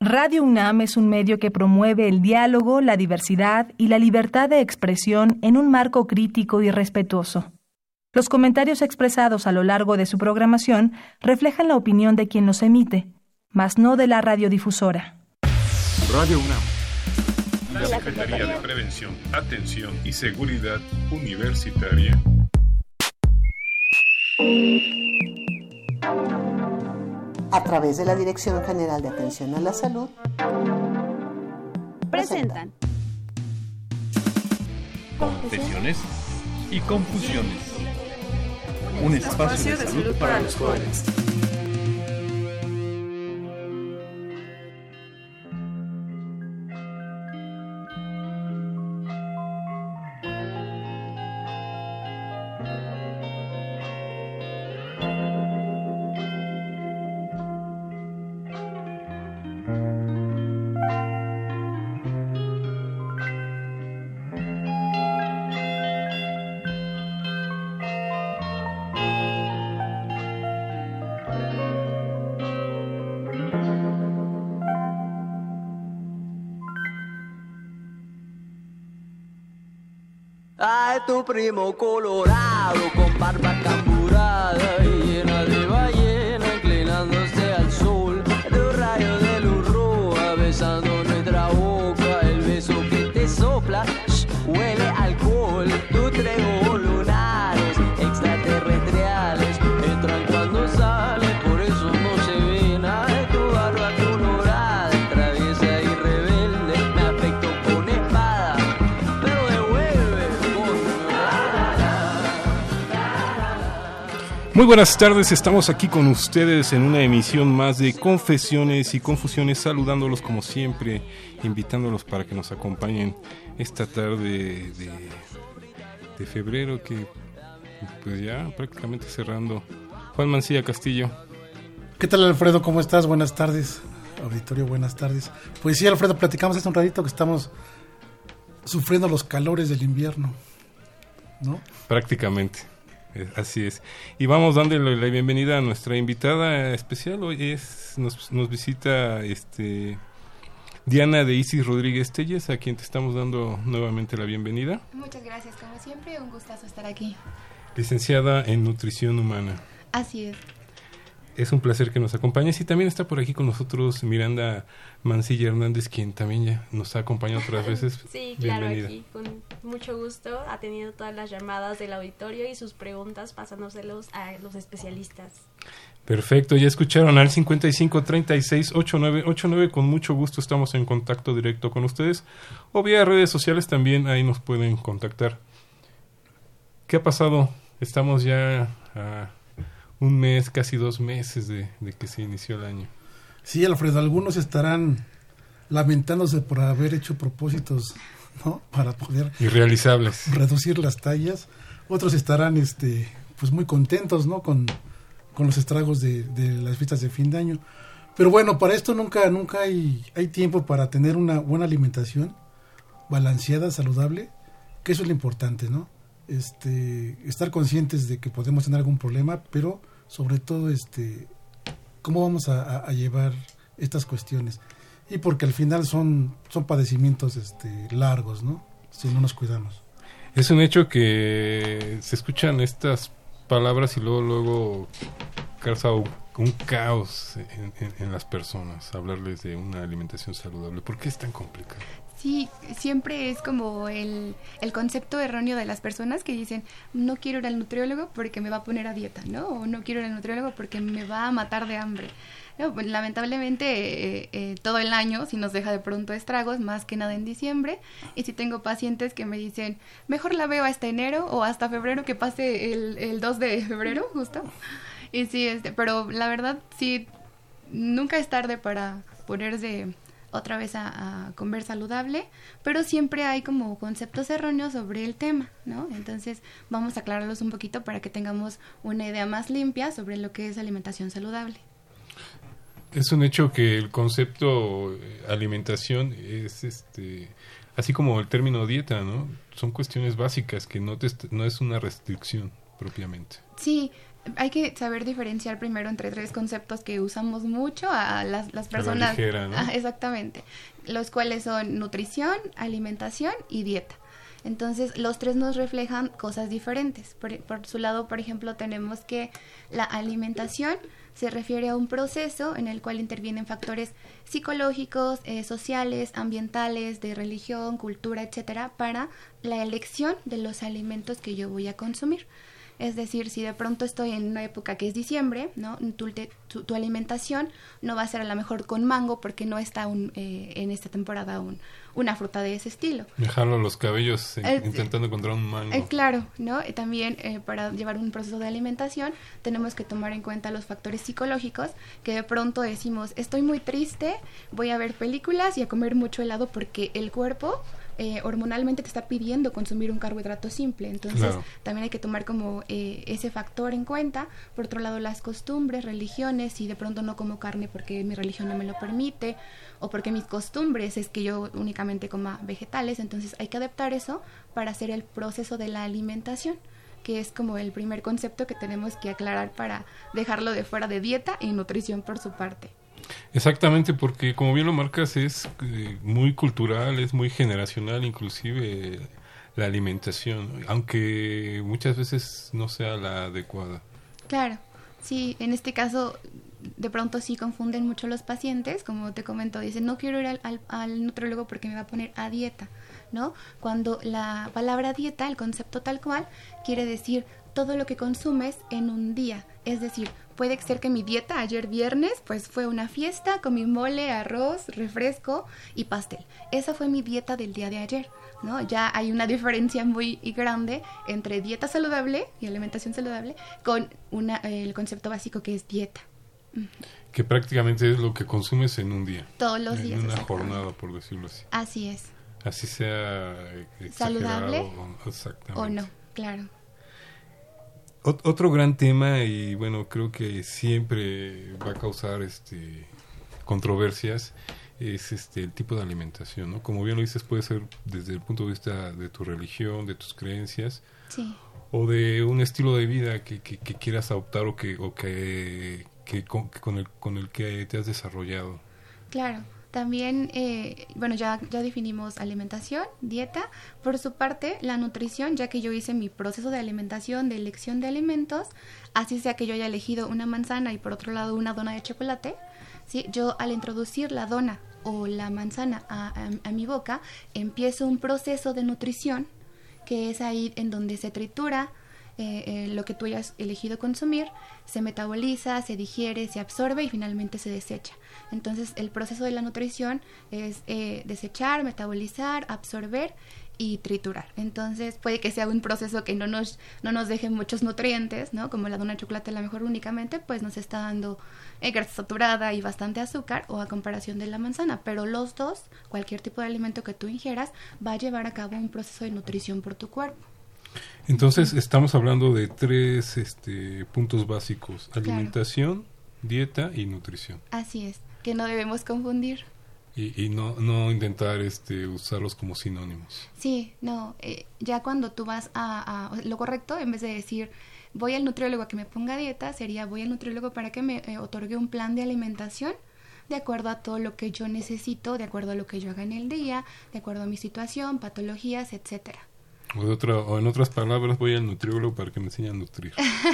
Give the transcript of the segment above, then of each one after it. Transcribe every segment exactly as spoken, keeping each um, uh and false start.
Radio UNAM es un medio que promueve el diálogo, la diversidad y la libertad de expresión en un marco crítico y respetuoso. Los comentarios expresados a lo largo de su programación reflejan la opinión de quien los emite, mas no de la radiodifusora. Radio UNAM. La Secretaría de Prevención, Atención y Seguridad Universitaria. A través de la Dirección General de Atención a la Salud, presentan Confesiones y Confusiones. Un espacio de salud para los jóvenes. Ay, tu primo colorado con barba camburada y llena de ballena inclinándose al sol. Los rayos de luz roja besando nuestra boca, el beso que te sopla, shh, huele a alcohol. Tus tres ojos lunares extraterrestriales entran cuando salen, por eso no se ven. Ay, tu barba colorada, traviesa y rebelde, me afectó con espada, pero devuelve. Muy buenas tardes, estamos aquí con ustedes en una emisión más de Confesiones y Confusiones, saludándolos como siempre, invitándolos para que nos acompañen esta tarde de, de febrero, que pues ya prácticamente cerrando. Juan Mancilla Castillo. ¿Qué tal, Alfredo? ¿Cómo estás? Buenas tardes. Auditorio, buenas tardes. Pues sí, Alfredo, platicamos hace un ratito que estamos sufriendo los calores del invierno, ¿no? Prácticamente. Así es. Y vamos dándole la bienvenida a nuestra invitada especial. Hoy es nos, nos visita este Diana de Isis Rodríguez Telles, a quien te estamos dando nuevamente la bienvenida. Muchas gracias, como siempre, un gustazo estar aquí. Licenciada en Nutrición Humana. Así es. Es un placer que nos acompañes, y también está por aquí con nosotros Miranda Mancilla Hernández, quien también ya nos ha acompañado otras veces. Sí, claro, aquí con mucho gusto, ha tenido todas las llamadas del auditorio y sus preguntas pasándoselos a los especialistas. Perfecto, ya escucharon al cincuenta y cinco treinta y seis ochenta y nueve ochenta y nueve, con mucho gusto estamos en contacto directo con ustedes, o vía redes sociales también, ahí nos pueden contactar. ¿Qué ha pasado? Estamos ya a un mes, casi dos meses de, de que se inició el año. Sí, Alfredo, algunos estarán lamentándose por haber hecho propósitos, ¿no?, para poder irrealizables, reducir las tallas. Otros estarán este pues muy contentos, ¿no?, con, con los estragos de, de las fiestas de fin de año. Pero bueno, para esto nunca nunca hay, hay tiempo para tener una buena alimentación balanceada, saludable, que eso es lo importante, ¿no? Este, estar conscientes de que podemos tener algún problema, pero sobre todo este cómo vamos a, a, a llevar estas cuestiones, y porque al final son son padecimientos este largos, ¿no?, si no nos cuidamos. Es un hecho que se escuchan estas palabras y luego luego causa un, un caos en, en, en las personas hablarles de una alimentación saludable. ¿Por qué es tan complicado? Sí, siempre es como el, el concepto erróneo de las personas que dicen, no quiero ir al nutriólogo porque me va a poner a dieta, ¿no? O no quiero ir al nutriólogo porque me va a matar de hambre. No, pues, lamentablemente eh, eh, todo el año sí nos deja de pronto estragos, más que nada en diciembre. Y sí tengo pacientes que me dicen, mejor la veo hasta enero o hasta febrero, que pase el, el dos de febrero, justo. Y sí, este, pero la verdad sí, nunca es tarde para ponerse otra vez a, a comer saludable, pero siempre hay como conceptos erróneos sobre el tema, ¿no? Entonces vamos a aclararlos un poquito para que tengamos una idea más limpia sobre lo que es alimentación saludable. Es un hecho que el concepto alimentación es este así como el término dieta, ¿no? Son cuestiones básicas que no te, no es una restricción propiamente. Sí, hay que saber diferenciar primero entre tres conceptos que usamos mucho a las, las personas. A la ligera, ¿no? Ah, exactamente. Los cuales son nutrición, alimentación y dieta. Entonces, los tres nos reflejan cosas diferentes. Por, por su lado, por ejemplo, tenemos que la alimentación se refiere a un proceso en el cual intervienen factores psicológicos, eh, sociales, ambientales, de religión, cultura, etcétera, para la elección de los alimentos que yo voy a consumir. Es decir, si de pronto estoy en una época que es diciembre, ¿no? Tu, te, tu, tu alimentación no va a ser a lo mejor con mango porque no está un, eh, en esta temporada un, una fruta de ese estilo. Me jalo los cabellos El, intentando encontrar un mango. Eh, claro, ¿no? Y también eh, para llevar un proceso de alimentación tenemos que tomar en cuenta los factores psicológicos, que de pronto decimos, estoy muy triste, voy a ver películas y a comer mucho helado porque el cuerpo Eh, hormonalmente te está pidiendo consumir un carbohidrato simple. Entonces, claro, también hay que tomar como eh, ese factor en cuenta. Por otro lado, las costumbres, religiones, si de pronto no como carne porque mi religión no me lo permite, o porque mis costumbres es que yo únicamente coma vegetales, entonces hay que adaptar eso para hacer el proceso de la alimentación, que es como el primer concepto que tenemos que aclarar para dejarlo de fuera de dieta y nutrición por su parte. Exactamente, porque como bien lo marcas, es eh, muy cultural, es muy generacional, inclusive eh, la alimentación, aunque muchas veces no sea la adecuada. Claro, sí, en este caso de pronto sí confunden mucho los pacientes, como te comento, dicen, no quiero ir al, al, al nutriólogo porque me va a poner a dieta, ¿no? Cuando la palabra dieta, el concepto tal cual, quiere decir todo lo que consumes en un día, es decir, puede ser que mi dieta ayer viernes pues fue una fiesta, comí mole, arroz, refresco y pastel. Esa fue mi dieta del día de ayer, ¿no? Ya hay una diferencia muy grande entre dieta saludable y alimentación saludable con una, el concepto básico que es dieta. Que prácticamente es lo que consumes en un día. Todos los días. En una jornada, por decirlo así. Así es. Así sea saludable o, exactamente. o no, claro. Otro gran tema, y bueno, creo que siempre va a causar este controversias, es este el tipo de alimentación, ¿no? Como bien lo dices, puede ser desde el punto de vista de tu religión, de tus creencias, sí, o de un estilo de vida que, que, que quieras adoptar o que o que, que, con, que con el con el que te has desarrollado. Claro. También, eh, bueno, ya, ya definimos alimentación, dieta. Por su parte, la nutrición, ya que yo hice mi proceso de alimentación, de elección de alimentos, así sea que yo haya elegido una manzana y por otro lado una dona de chocolate, ¿sí? Yo al introducir la dona o la manzana a, a, a mi boca, empiezo un proceso de nutrición, que es ahí en donde se tritura eh, eh, lo que tú hayas elegido consumir, se metaboliza, se digiere, se absorbe y finalmente se desecha. Entonces, el proceso de la nutrición es eh, desechar, metabolizar, absorber y triturar. Entonces, puede que sea un proceso que no nos no nos deje muchos nutrientes, ¿no? Como la dona de chocolate, a lo mejor únicamente, pues nos está dando eh, grasa saturada y bastante azúcar, o a comparación de la manzana. Pero los dos, cualquier tipo de alimento que tú ingieras, va a llevar a cabo un proceso de nutrición por tu cuerpo. Entonces, estamos hablando de tres este, puntos básicos: alimentación, claro, dieta y nutrición. Así es, que no debemos confundir. Y, y no, no intentar este, usarlos como sinónimos. Sí, no, eh, ya cuando tú vas a, a... Lo correcto, en vez de decir voy al nutriólogo a que me ponga dieta, sería voy al nutriólogo para que me eh, otorgue un plan de alimentación de acuerdo a todo lo que yo necesito, de acuerdo a lo que yo haga en el día, de acuerdo a mi situación, patologías, etcétera. O, de otra, o en otras palabras, voy al nutriólogo para que me enseñe a nutrir.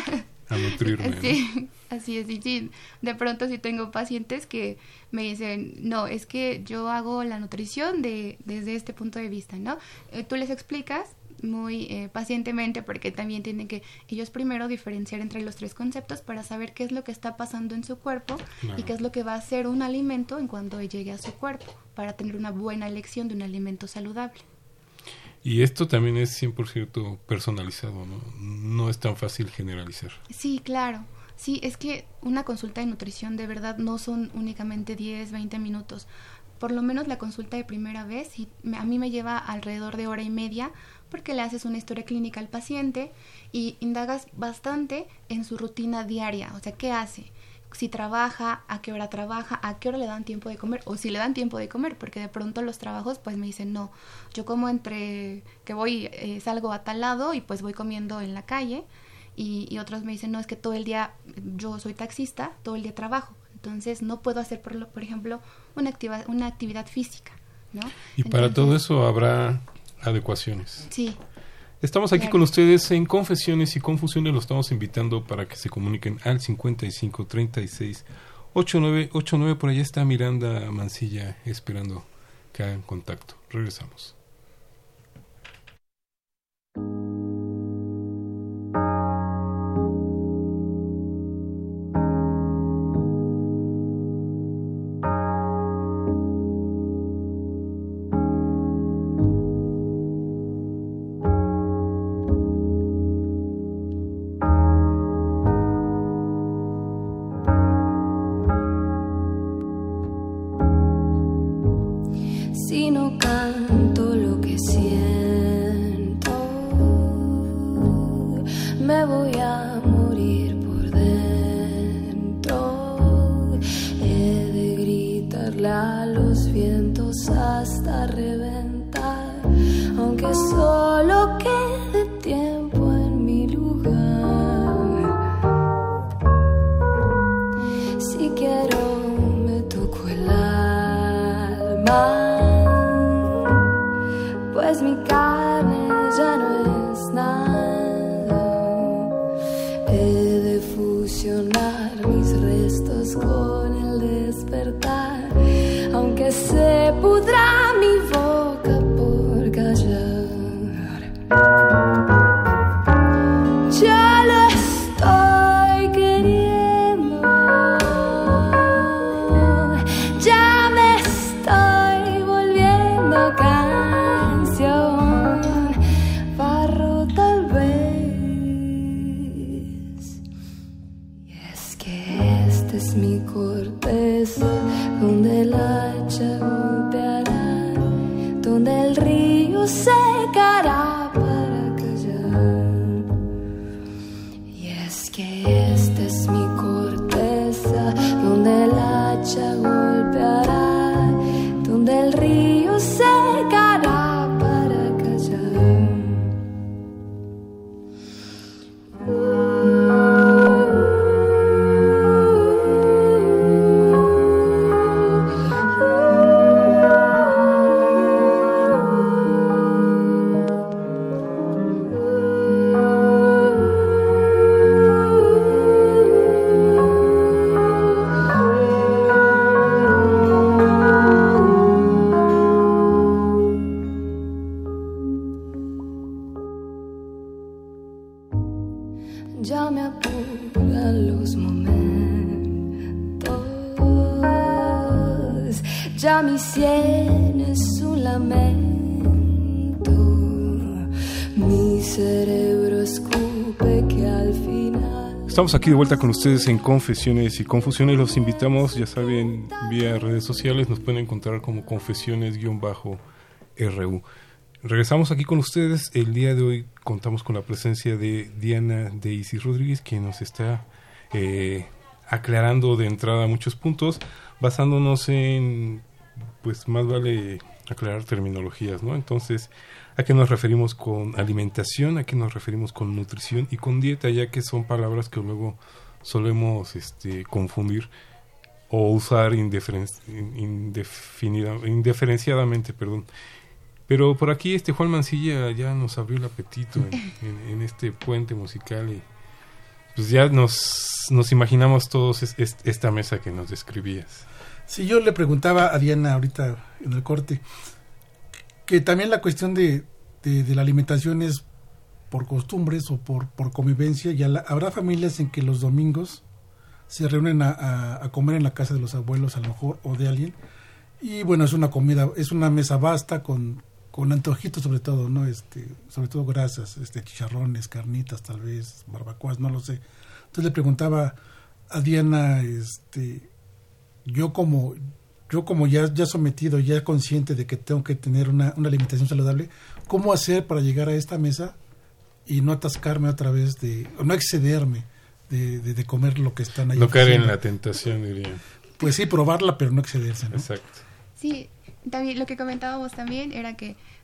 A nutrirme, sí, ¿no? Así es, y sí, de pronto sí tengo pacientes que me dicen, no, es que yo hago la nutrición de desde este punto de vista, ¿no? Eh, tú les explicas muy eh, pacientemente, porque también tienen que ellos primero diferenciar entre los tres conceptos para saber qué es lo que está pasando en su cuerpo, claro, y qué es lo que va a ser un alimento en cuanto llegue a su cuerpo, para tener una buena elección de un alimento saludable. Y esto también es cien por ciento personalizado, ¿no? No es tan fácil generalizar. Sí, claro. Sí, es que una consulta de nutrición de verdad no son únicamente diez, veinte minutos. Por lo menos la consulta de primera vez, y a mí me lleva alrededor de hora y media, porque le haces una historia clínica al paciente y indagas bastante en su rutina diaria. O sea, ¿qué hace? Si trabaja, a qué hora trabaja, a qué hora le dan tiempo de comer, o si le dan tiempo de comer, porque de pronto los trabajos pues me dicen, no, yo como entre que voy, eh, salgo a tal lado y pues voy comiendo en la calle, y, y otros me dicen, no, es que todo el día, yo soy taxista, todo el día trabajo, entonces no puedo hacer, por, lo, por ejemplo, una, activa, una actividad física, ¿no? Y entonces, para todo eso habrá adecuaciones. Sí. Estamos aquí claro. con ustedes en Confesiones y Confusiones. Los estamos invitando para que se comuniquen al cincuenta y cinco treinta y seis ochenta y nueve ochenta y nueve. Por allá está Miranda Mancilla esperando que hagan contacto. Regresamos. Si no canto lo que siento, me voy a morir por dentro. He de gritarle a los vientos hasta reventar, aunque solo quede tiempo en mi lugar. Si quiero me toco el alma, pues mi carne ya no es nada. He de fusionar mis restos con el despertar, aunque se pudra mi boca por callar. Ya lo estoy queriendo, ya me estoy volviendo canción, barro tal vez. Y es que esta es mi corteza, donde el hacha golpeará, donde el río secará para callar. Y es que esta es mi corteza, donde el hacha golpeará, donde el río secará para callar. Ya me apuran los momentos, ya mi sien es un lamento, mi cerebro escupe que al final... Estamos aquí de vuelta con ustedes en Confesiones y Confusiones. Los invitamos, ya saben, vía redes sociales. Nos pueden encontrar como Confesiones-R U. Regresamos aquí con ustedes. El día de hoy contamos con la presencia de Diana Daisy Rodríguez, quien nos está eh, aclarando de entrada muchos puntos, basándonos en, pues más vale aclarar terminologías, ¿no? Entonces, ¿a qué nos referimos con alimentación? ¿A qué nos referimos con nutrición? Y con dieta, ya que son palabras que luego solemos este, confundir o usar indiferen- indefinida, indiferenciadamente, perdón. Pero por aquí este Juan Mancilla ya nos abrió el apetito en, en, en este puente musical y pues ya nos, nos imaginamos todos es, es, esta mesa que nos describías. Sí, yo le preguntaba a Diana ahorita en el corte que también la cuestión de, de, de la alimentación es por costumbres o por, por convivencia. Ya la, habrá familias en que los domingos se reúnen a, a, a comer en la casa de los abuelos a lo mejor o de alguien y bueno, es una comida, es una mesa vasta con con antojitos sobre todo, ¿no? Este, sobre todo grasas, este, chicharrones, carnitas tal vez, barbacoas, no lo sé. Entonces le preguntaba a Diana, este, yo como, yo como ya, ya sometido, ya consciente de que tengo que tener una, una alimentación saludable, ¿cómo hacer para llegar a esta mesa y no atascarme otra vez de, o no excederme de, de, de comer lo que están ahí? No caer en la tentación, diría. Pues sí, probarla, pero no excederse, ¿no? Exacto. Sí, también lo que comentábamos también era que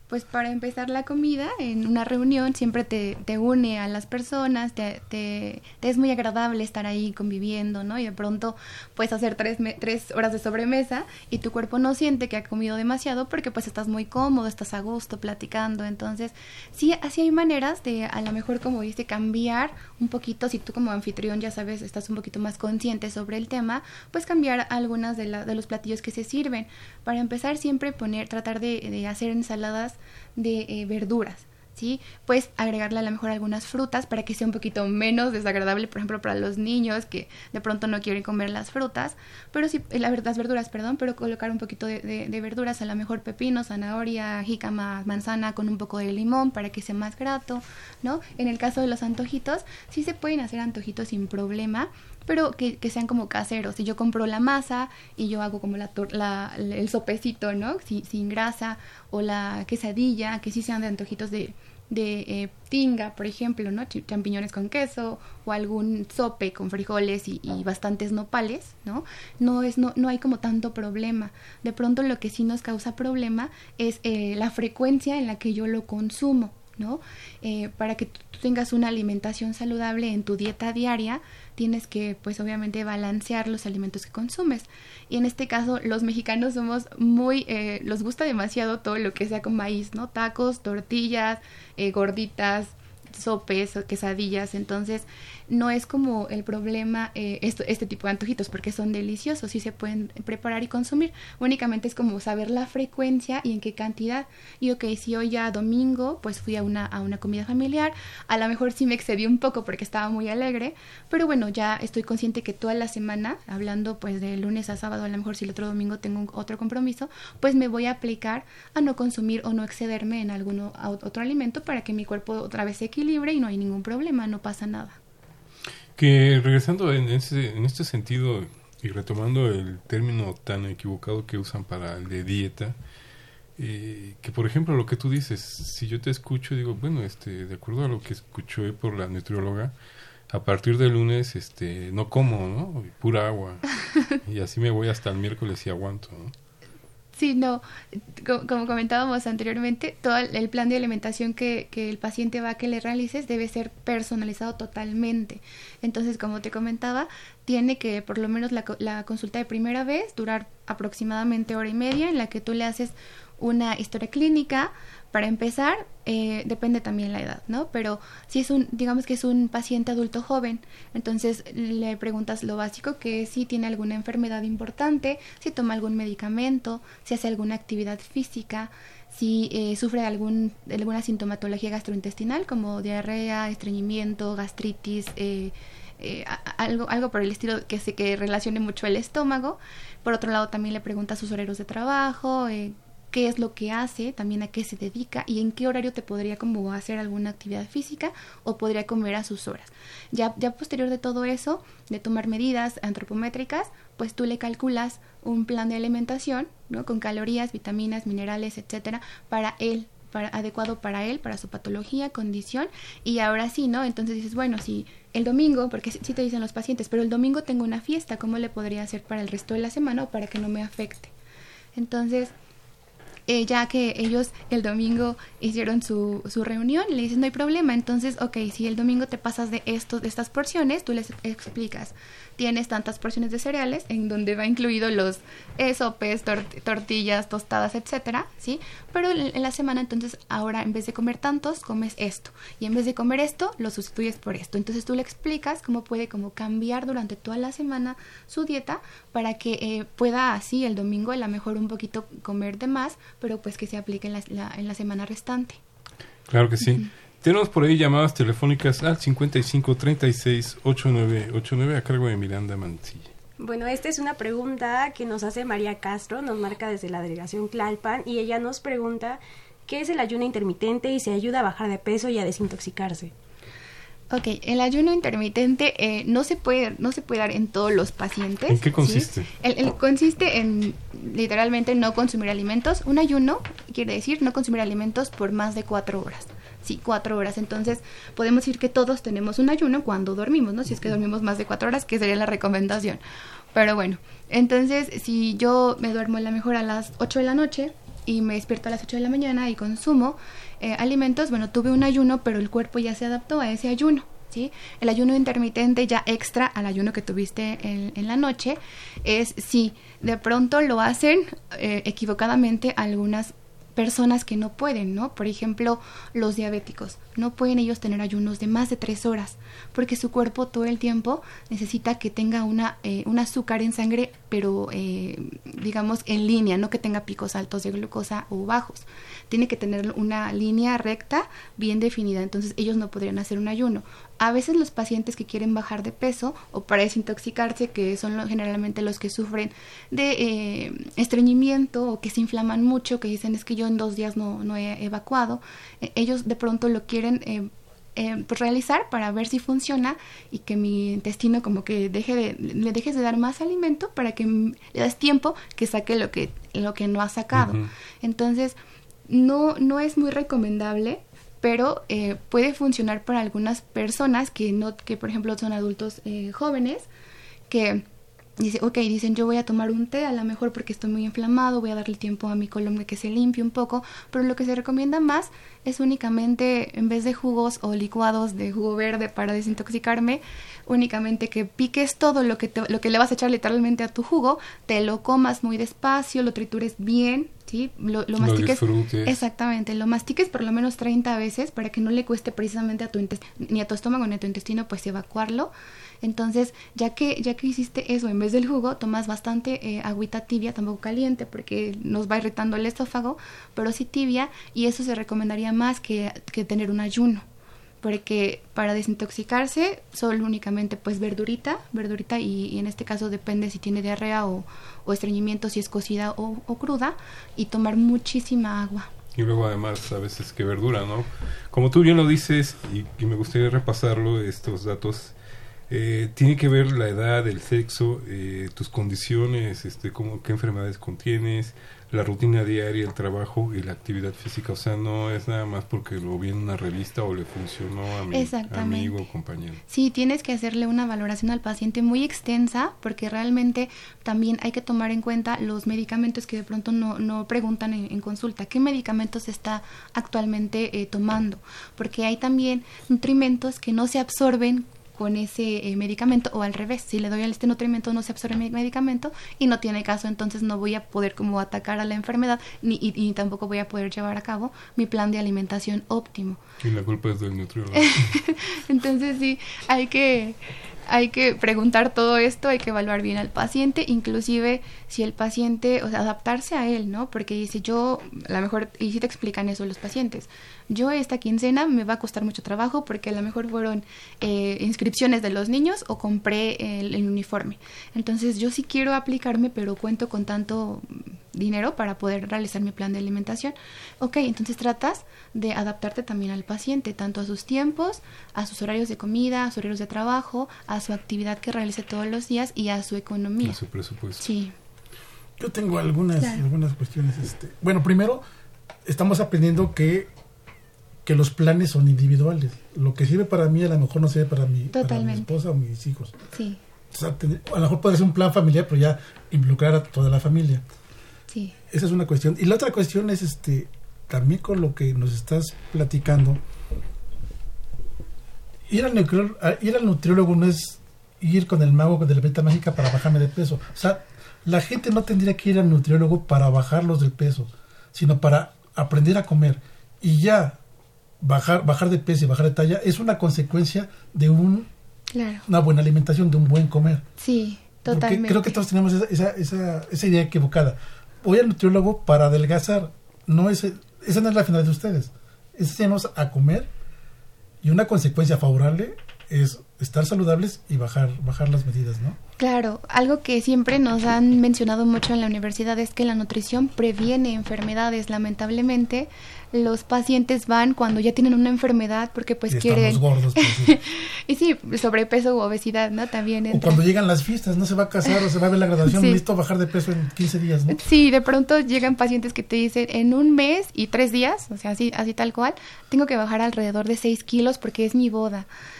Pues para empezar la comida, en una reunión siempre te, te une a las personas, te, te, te es muy agradable estar ahí conviviendo, ¿no? Y de pronto puedes hacer tres, me, tres horas de sobremesa y tu cuerpo no siente que ha comido demasiado porque pues estás muy cómodo, estás a gusto platicando. Entonces, sí, así hay maneras de a lo mejor, como dice, cambiar un poquito. Si tú como anfitrión ya sabes, estás un poquito más consciente sobre el tema, pues cambiar algunas de, la, de los platillos que se sirven. Para empezar, siempre poner, tratar de, de hacer ensaladas de eh, verduras, ¿sí? Puedes agregarle a lo mejor algunas frutas para que sea un poquito menos desagradable, por ejemplo, para los niños que de pronto no quieren comer las frutas, pero sí, la, las verduras, perdón, pero colocar un poquito de, de, de verduras, a lo mejor pepino, zanahoria, jícama, manzana con un poco de limón para que sea más grato, ¿no? En el caso de los antojitos, sí se pueden hacer antojitos sin problema, pero que, que sean como caseros. Si yo compro la masa y yo hago como la, tor- la el sopecito, ¿no? Sin, sin grasa, o la quesadilla, que sí sean de antojitos de, de eh, tinga, por ejemplo, ¿no? Ch- champiñones con queso, o algún sope con frijoles y, y bastantes nopales, ¿no? No es no no hay como tanto problema. De pronto lo que sí nos causa problema es eh, la frecuencia en la que yo lo consumo, ¿no? Eh, para que tú tengas una alimentación saludable en tu dieta diaria, tienes que, pues obviamente, balancear los alimentos que consumes. Y en este caso, los mexicanos somos muy, eh, nos gusta demasiado todo lo que sea con maíz, ¿no? Tacos, tortillas, eh, gorditas, sopes, quesadillas. Entonces no es como el problema eh, esto, este tipo de antojitos, porque son deliciosos y se pueden preparar y consumir. Únicamente es como saber la frecuencia y en qué cantidad. Y ok, si hoy ya domingo pues fui a una, a una comida familiar, a lo mejor sí me excedí un poco porque estaba muy alegre, pero bueno, ya estoy consciente que toda la semana, hablando pues de lunes a sábado, a lo mejor si el otro domingo tengo un, otro compromiso, pues me voy a aplicar a no consumir o no excederme en algún otro alimento para que mi cuerpo otra vez se equilibre y no hay ningún problema, no pasa nada. Que regresando en, ese, en este sentido y retomando el término tan equivocado que usan para el de dieta, eh, que por ejemplo lo que tú dices, si yo te escucho digo, bueno, este, de acuerdo a lo que escuché por la nutrióloga, a partir del lunes este, no como, ¿no? Pura agua. Y así me voy hasta el miércoles y aguanto, ¿no? Sí, no, como, como comentábamos anteriormente, todo el plan de alimentación que, que el paciente va a que le realices debe ser personalizado totalmente. Entonces, como te comentaba, tiene que por lo menos la, la consulta de primera vez durar aproximadamente hora y media, en la que tú le haces una historia clínica. Para empezar, eh, depende también la edad, ¿no? Pero si es un, digamos que es un paciente adulto joven, entonces le preguntas lo básico, que es si tiene alguna enfermedad importante, si toma algún medicamento, si hace alguna actividad física, si eh, sufre de, algún, de alguna sintomatología gastrointestinal como diarrea, estreñimiento, gastritis, eh, eh, algo, algo por el estilo que se que relacione mucho el estómago. Por otro lado, también le preguntas sus horarios de trabajo, eh, qué es lo que hace, también a qué se dedica y en qué horario te podría como hacer alguna actividad física o podría comer a sus horas. Ya, ya posterior de todo eso, de tomar medidas antropométricas, pues tú le calculas un plan de alimentación, ¿no? Con calorías, vitaminas, minerales, etcétera, para él, para, adecuado para él, para su patología, condición, y ahora sí, ¿no? Entonces dices, bueno, si el domingo, porque sí te dicen los pacientes, pero el domingo tengo una fiesta, ¿cómo le podría hacer para el resto de la semana o para que no me afecte? Entonces, Eh, ya que ellos el domingo hicieron su, su reunión, le dices no hay problema, entonces ok, si el domingo te pasas de estos de estas porciones, tú les explicas, tienes tantas porciones de cereales en donde va incluido los eh, sopes, tor- tortillas, tostadas, etcétera, ¿sí? Pero en, en la semana entonces ahora en vez de comer tantos, comes esto, y en vez de comer esto, lo sustituyes por esto. Entonces tú le explicas cómo puede como cambiar durante toda la semana su dieta para que eh, pueda así el domingo a lo mejor un poquito comer de más, pero pues que se aplique en la, la, en la semana restante. Claro que sí. Uh-huh. Tenemos por ahí llamadas telefónicas al cincuenta y cinco, treinta y seis, ochenta y nueve ochenta y nueve a cargo de Miranda Mancilla. Bueno, esta es una pregunta que nos hace María Castro, nos marca desde la delegación Tlalpan, y ella nos pregunta qué es el ayuno intermitente y si ayuda a bajar de peso y a desintoxicarse. Ok, el ayuno intermitente eh, no se puede no se puede dar en todos los pacientes. ¿En qué consiste? ¿Sí? El, el consiste en literalmente no consumir alimentos. Un ayuno quiere decir no consumir alimentos por más de cuatro horas. Sí, cuatro horas. Entonces podemos decir que todos tenemos un ayuno cuando dormimos, ¿no? Si es que dormimos más de cuatro horas, que sería la recomendación. Pero bueno, entonces si yo me duermo a lo mejor a las ocho de la noche, y me despierto a las ocho de la mañana y consumo eh, alimentos, bueno, tuve un ayuno, pero el cuerpo ya se adaptó a ese ayuno, ¿sí? El ayuno intermitente ya extra al ayuno que tuviste en, en la noche es si de pronto lo hacen eh, equivocadamente algunas personas que no pueden, ¿no? Por ejemplo, los diabéticos. No pueden ellos tener ayunos de más de tres horas porque su cuerpo todo el tiempo necesita que tenga una eh, un azúcar en sangre, pero eh, digamos en línea, no que tenga picos altos de glucosa o bajos. Tiene que tener una línea recta bien definida, entonces ellos no podrían hacer un ayuno. A veces los pacientes que quieren bajar de peso o para desintoxicarse, que son lo, generalmente los que sufren de eh, estreñimiento o que se inflaman mucho, que dicen es que yo en dos días no, no he evacuado, eh, ellos de pronto lo quieren eh, eh, pues realizar para ver si funciona y que mi intestino como que deje de, le dejes de dar más alimento para que le das tiempo que saque lo que, lo que no ha sacado. Uh-huh. Entonces, no, no es muy recomendable, pero eh, puede funcionar para algunas personas que no, que por ejemplo son adultos eh, jóvenes, que dice, okay, dicen yo voy a tomar un té a lo mejor porque estoy muy inflamado, voy a darle tiempo a mi colon de que se limpie un poco, pero lo que se recomienda más es únicamente, en vez de jugos o licuados de jugo verde para desintoxicarme, únicamente que piques todo lo que, te, lo que le vas a echar literalmente a tu jugo, te lo comas muy despacio, lo tritures bien, ¿sí? Lo, lo mastiques. Lo exactamente, lo mastiques por lo menos treinta veces para que no le cueste precisamente a tu intest- ni a tu estómago ni a tu intestino pues evacuarlo. Entonces, ya que ya que hiciste eso, en vez del jugo, tomas bastante eh, agüita tibia, tampoco caliente, porque nos va irritando el esófago, pero sí tibia, y eso se recomendaría más que, que tener un ayuno, porque para desintoxicarse, solo únicamente pues verdurita, verdurita, y, y en este caso depende si tiene diarrea o, o estreñimiento, si es cocida o, o cruda, y tomar muchísima agua. Y luego además a veces que verdura, ¿no? Como tú bien lo dices, y, y me gustaría repasarlo, estos datos, eh, tiene que ver la edad, el sexo, eh, tus condiciones, este, cómo, qué enfermedades contienes, la rutina diaria, el trabajo y la actividad física. O sea, no es nada más porque lo vi en una revista o le funcionó a mi amigo o compañero. Sí, tienes que hacerle una valoración al paciente muy extensa, porque realmente también hay que tomar en cuenta los medicamentos que de pronto no, no preguntan en, en consulta. ¿Qué medicamentos se está actualmente eh, tomando? Porque hay también nutrimentos que no se absorben con ese eh, medicamento, o al revés, si le doy a este nutrimento no se absorbe mi medicamento y no tiene caso, entonces no voy a poder como atacar a la enfermedad ni y, y tampoco voy a poder llevar a cabo mi plan de alimentación óptimo. Y la culpa es del nutriólogo. Entonces sí, hay que hay que preguntar todo esto, hay que evaluar bien al paciente, inclusive si el paciente, o sea, adaptarse a él, ¿no? Porque dice, yo, a lo mejor, y si te explican eso los pacientes, yo esta quincena me va a costar mucho trabajo porque a lo mejor fueron eh, inscripciones de los niños o compré el, el uniforme. Entonces yo sí quiero aplicarme, pero cuento con tanto dinero para poder realizar mi plan de alimentación. Ok, entonces tratas de adaptarte también al paciente, tanto a sus tiempos, a sus horarios de comida, a sus horarios de trabajo, a su actividad que realice todos los días y a su economía. A su presupuesto. Sí. Yo tengo algunas, claro. algunas cuestiones. Este, bueno, primero, estamos aprendiendo que, que los planes son individuales. Lo que sirve para mí a lo mejor no sirve para mi, para mi esposa o mis hijos. Sí. O sea, a lo mejor puede ser un plan familiar, pero ya involucrar a toda la familia. Sí. Esa es una cuestión. Y la otra cuestión es, este, también con lo que nos estás platicando, ir al nutriólogo, ir al nutriólogo no es ir con el mago de la varita mágica para bajarme de peso. O sea, la gente no tendría que ir al nutriólogo para bajarlos del peso, sino para aprender a comer. Y ya bajar bajar de peso y bajar de talla es una consecuencia de un claro. una buena alimentación, de un buen comer. Sí, totalmente. Porque creo que todos tenemos esa, esa, esa, esa idea equivocada. Voy al nutriólogo para adelgazar. No es, esa no es la finalidad de ustedes. Es enseñarnos a comer, y una consecuencia favorable es estar saludables y bajar bajar las medidas, ¿no? Claro, algo que siempre nos han mencionado mucho en la universidad es que la nutrición previene enfermedades. Lamentablemente, los pacientes van cuando ya tienen una enfermedad porque pues y quieren... gordos. Pues, sí. Y sí, sobrepeso u obesidad, ¿no? También entra. O cuando llegan las fiestas, no se va a casar o se va a ver la graduación, sí. Listo bajar de peso en quince días, ¿no? Sí, de pronto llegan pacientes que te dicen en un mes y tres días, o sea, así, así tal cual, tengo que bajar alrededor de seis kilos porque es mi boda.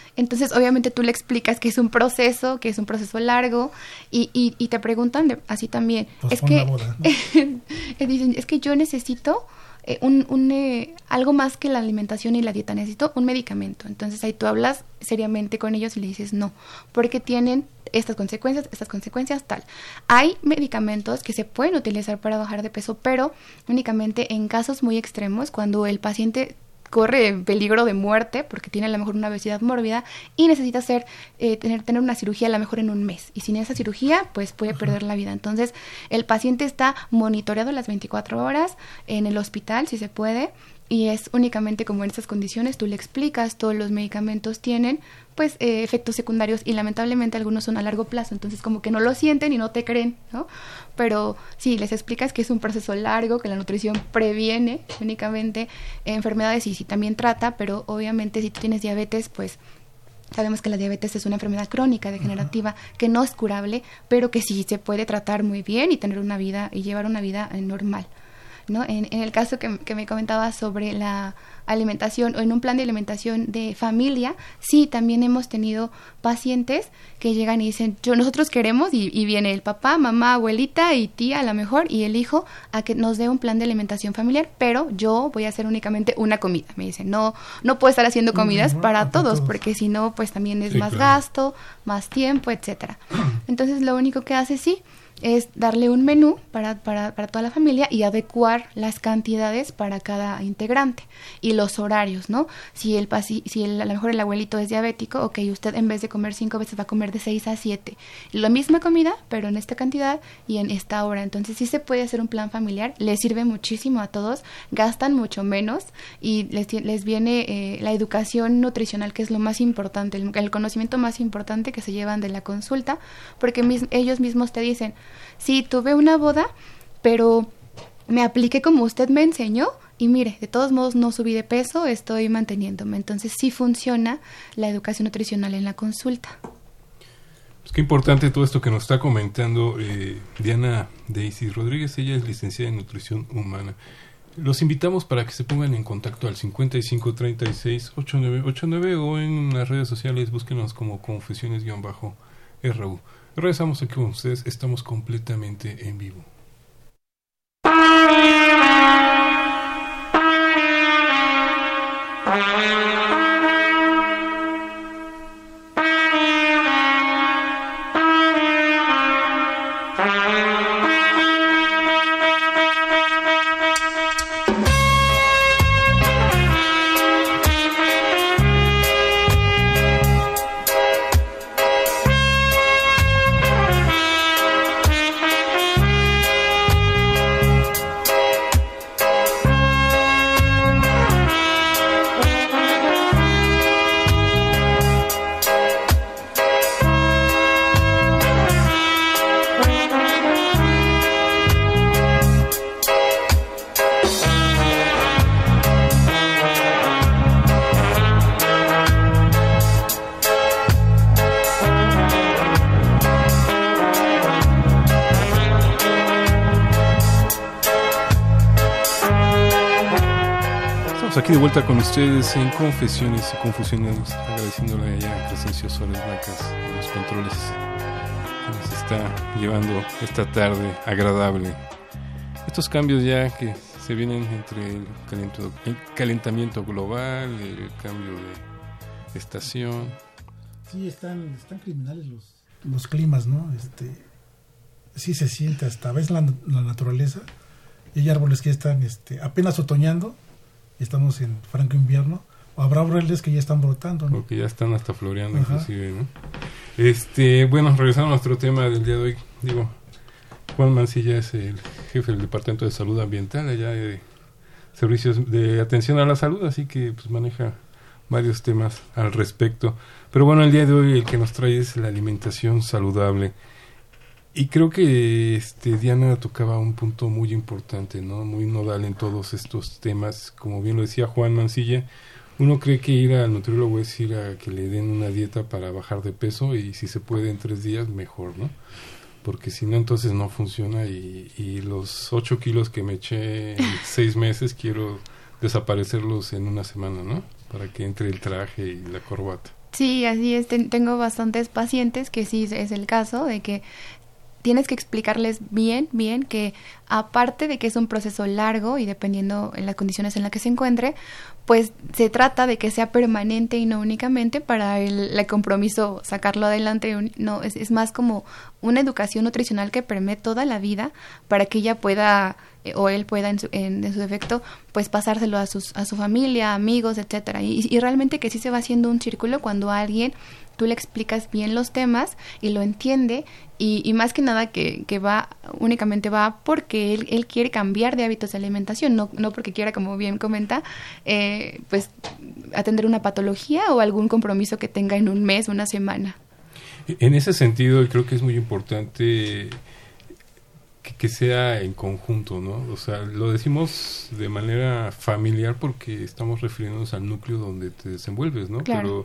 Entonces, obviamente tú le explicas que es un proceso, que es un proceso largo, y, y, y te preguntan de, así también, pues es que, la boda, ¿no? dicen, es que yo necesito eh, un, un eh, algo más que la alimentación y la dieta, necesito un medicamento. Entonces ahí tú hablas seriamente con ellos y le dices no, porque tienen estas consecuencias, estas consecuencias, tal. Hay medicamentos que se pueden utilizar para bajar de peso, pero únicamente en casos muy extremos, cuando el paciente corre peligro de muerte porque tiene a lo mejor una obesidad mórbida y necesita hacer eh, tener tener una cirugía a lo mejor en un mes, y sin esa cirugía pues puede perder la vida. Entonces el paciente está monitoreado las veinticuatro horas en el hospital si se puede, y es únicamente como en esas condiciones tú le explicas, todos los medicamentos tienen pues eh, efectos secundarios y lamentablemente algunos son a largo plazo, entonces como que no lo sienten y no te creen, ¿no? Pero sí, les explicas que es un proceso largo, que la nutrición previene únicamente enfermedades y sí también trata, pero obviamente si tú tienes diabetes, pues sabemos que la diabetes es una enfermedad crónica, degenerativa, uh-huh. que no es curable, pero que sí se puede tratar muy bien y tener una vida y llevar una vida eh, normal, ¿no? En, en el caso que, que me comentabas sobre la alimentación o en un plan de alimentación de familia, sí, también hemos tenido pacientes que llegan y dicen, yo nosotros queremos, y, y viene el papá, mamá, abuelita y tía a lo mejor, y el hijo a que nos dé un plan de alimentación familiar, pero yo voy a hacer únicamente una comida. Me dicen, no, no puedo estar haciendo comidas uh-huh, para todos, todos, porque si no, pues también es sí, más claro. gasto, más tiempo, etcétera. Entonces, lo único que hace, sí, es darle un menú para, para, para toda la familia y adecuar las cantidades para cada integrante y los horarios, ¿no? Si el pasi- si el, a lo mejor el abuelito es diabético, ok, usted en vez de comer cinco veces va a comer de seis a siete. La misma comida, pero en esta cantidad y en esta hora. Entonces sí se puede hacer un plan familiar, les sirve muchísimo a todos, gastan mucho menos y les, les viene eh, la educación nutricional, que es lo más importante, el, el conocimiento más importante que se llevan de la consulta, porque mis, ellos mismos te dicen, sí, tuve una boda, pero me apliqué como usted me enseñó y mire, de todos modos no subí de peso, estoy manteniéndome. Entonces sí funciona la educación nutricional en la consulta. Pues qué importante todo esto que nos está comentando eh, Diana Daisy Rodríguez. Ella es licenciada en nutrición humana. Los invitamos para que se pongan en contacto al cincuenta y cinco treinta y seis ochenta y nueve ochenta y nueve o en las redes sociales, búsquenos como confesiones-R U. Regresamos aquí con ustedes, estamos completamente en vivo. Aquí de vuelta con ustedes en Confesiones y Confusiones, agradeciéndole allá a Crescencio Suárez Vacas en los controles que nos está llevando esta tarde agradable. Estos cambios ya que se vienen entre el, calento, el calentamiento global, el cambio de estación. Sí, están, están criminales los, los climas, ¿no? Este, sí se siente hasta, ves la, la naturaleza, y hay árboles que están este, apenas otoñando. Estamos en franco invierno, o habrá árboles que ya están brotando, ¿no? O que ya están hasta floreando, ajá, inclusive, ¿no? Este, bueno, regresando a nuestro tema del día de hoy, digo, Juan Mancilla es el jefe del Departamento de Salud Ambiental, allá de Servicios de Atención a la Salud, así que pues maneja varios temas al respecto. Pero bueno, el día de hoy el que nos trae es la alimentación saludable. Y creo que este Diana tocaba un punto muy importante, ¿no? Muy nodal en todos estos temas. Como bien lo decía Juan Mancilla, uno cree que ir al nutriólogo es ir a que le den una dieta para bajar de peso y si se puede en tres días, mejor, ¿no? Porque si no, entonces no funciona y, y los ocho kilos que me eché en seis meses quiero desaparecerlos en una semana, ¿no? Para que entre el traje y la corbata. Sí, así es. Ten- tengo bastantes pacientes que sí es el caso de que tienes que explicarles bien, bien que aparte de que es un proceso largo y dependiendo en las condiciones en las que se encuentre, pues se trata de que sea permanente y no únicamente para el, el compromiso sacarlo adelante. No, es, es más como una educación nutricional que permee toda la vida para que ella pueda eh, o él pueda en su, en, en su defecto pues pasárselo a sus a su familia, amigos, etcétera. Y, y realmente que sí se va haciendo un círculo cuando a alguien tú le explicas bien los temas y lo entiende y, y más que nada que, que va, únicamente va porque él, él quiere cambiar de hábitos de alimentación, no, no porque quiera, como bien comenta, eh, pues atender una patología o algún compromiso que tenga en un mes, una semana. En ese sentido, creo que es muy importante que, que sea en conjunto, ¿no? O sea, lo decimos de manera familiar porque estamos refiriéndonos al núcleo donde te desenvuelves, ¿no? Claro. Pero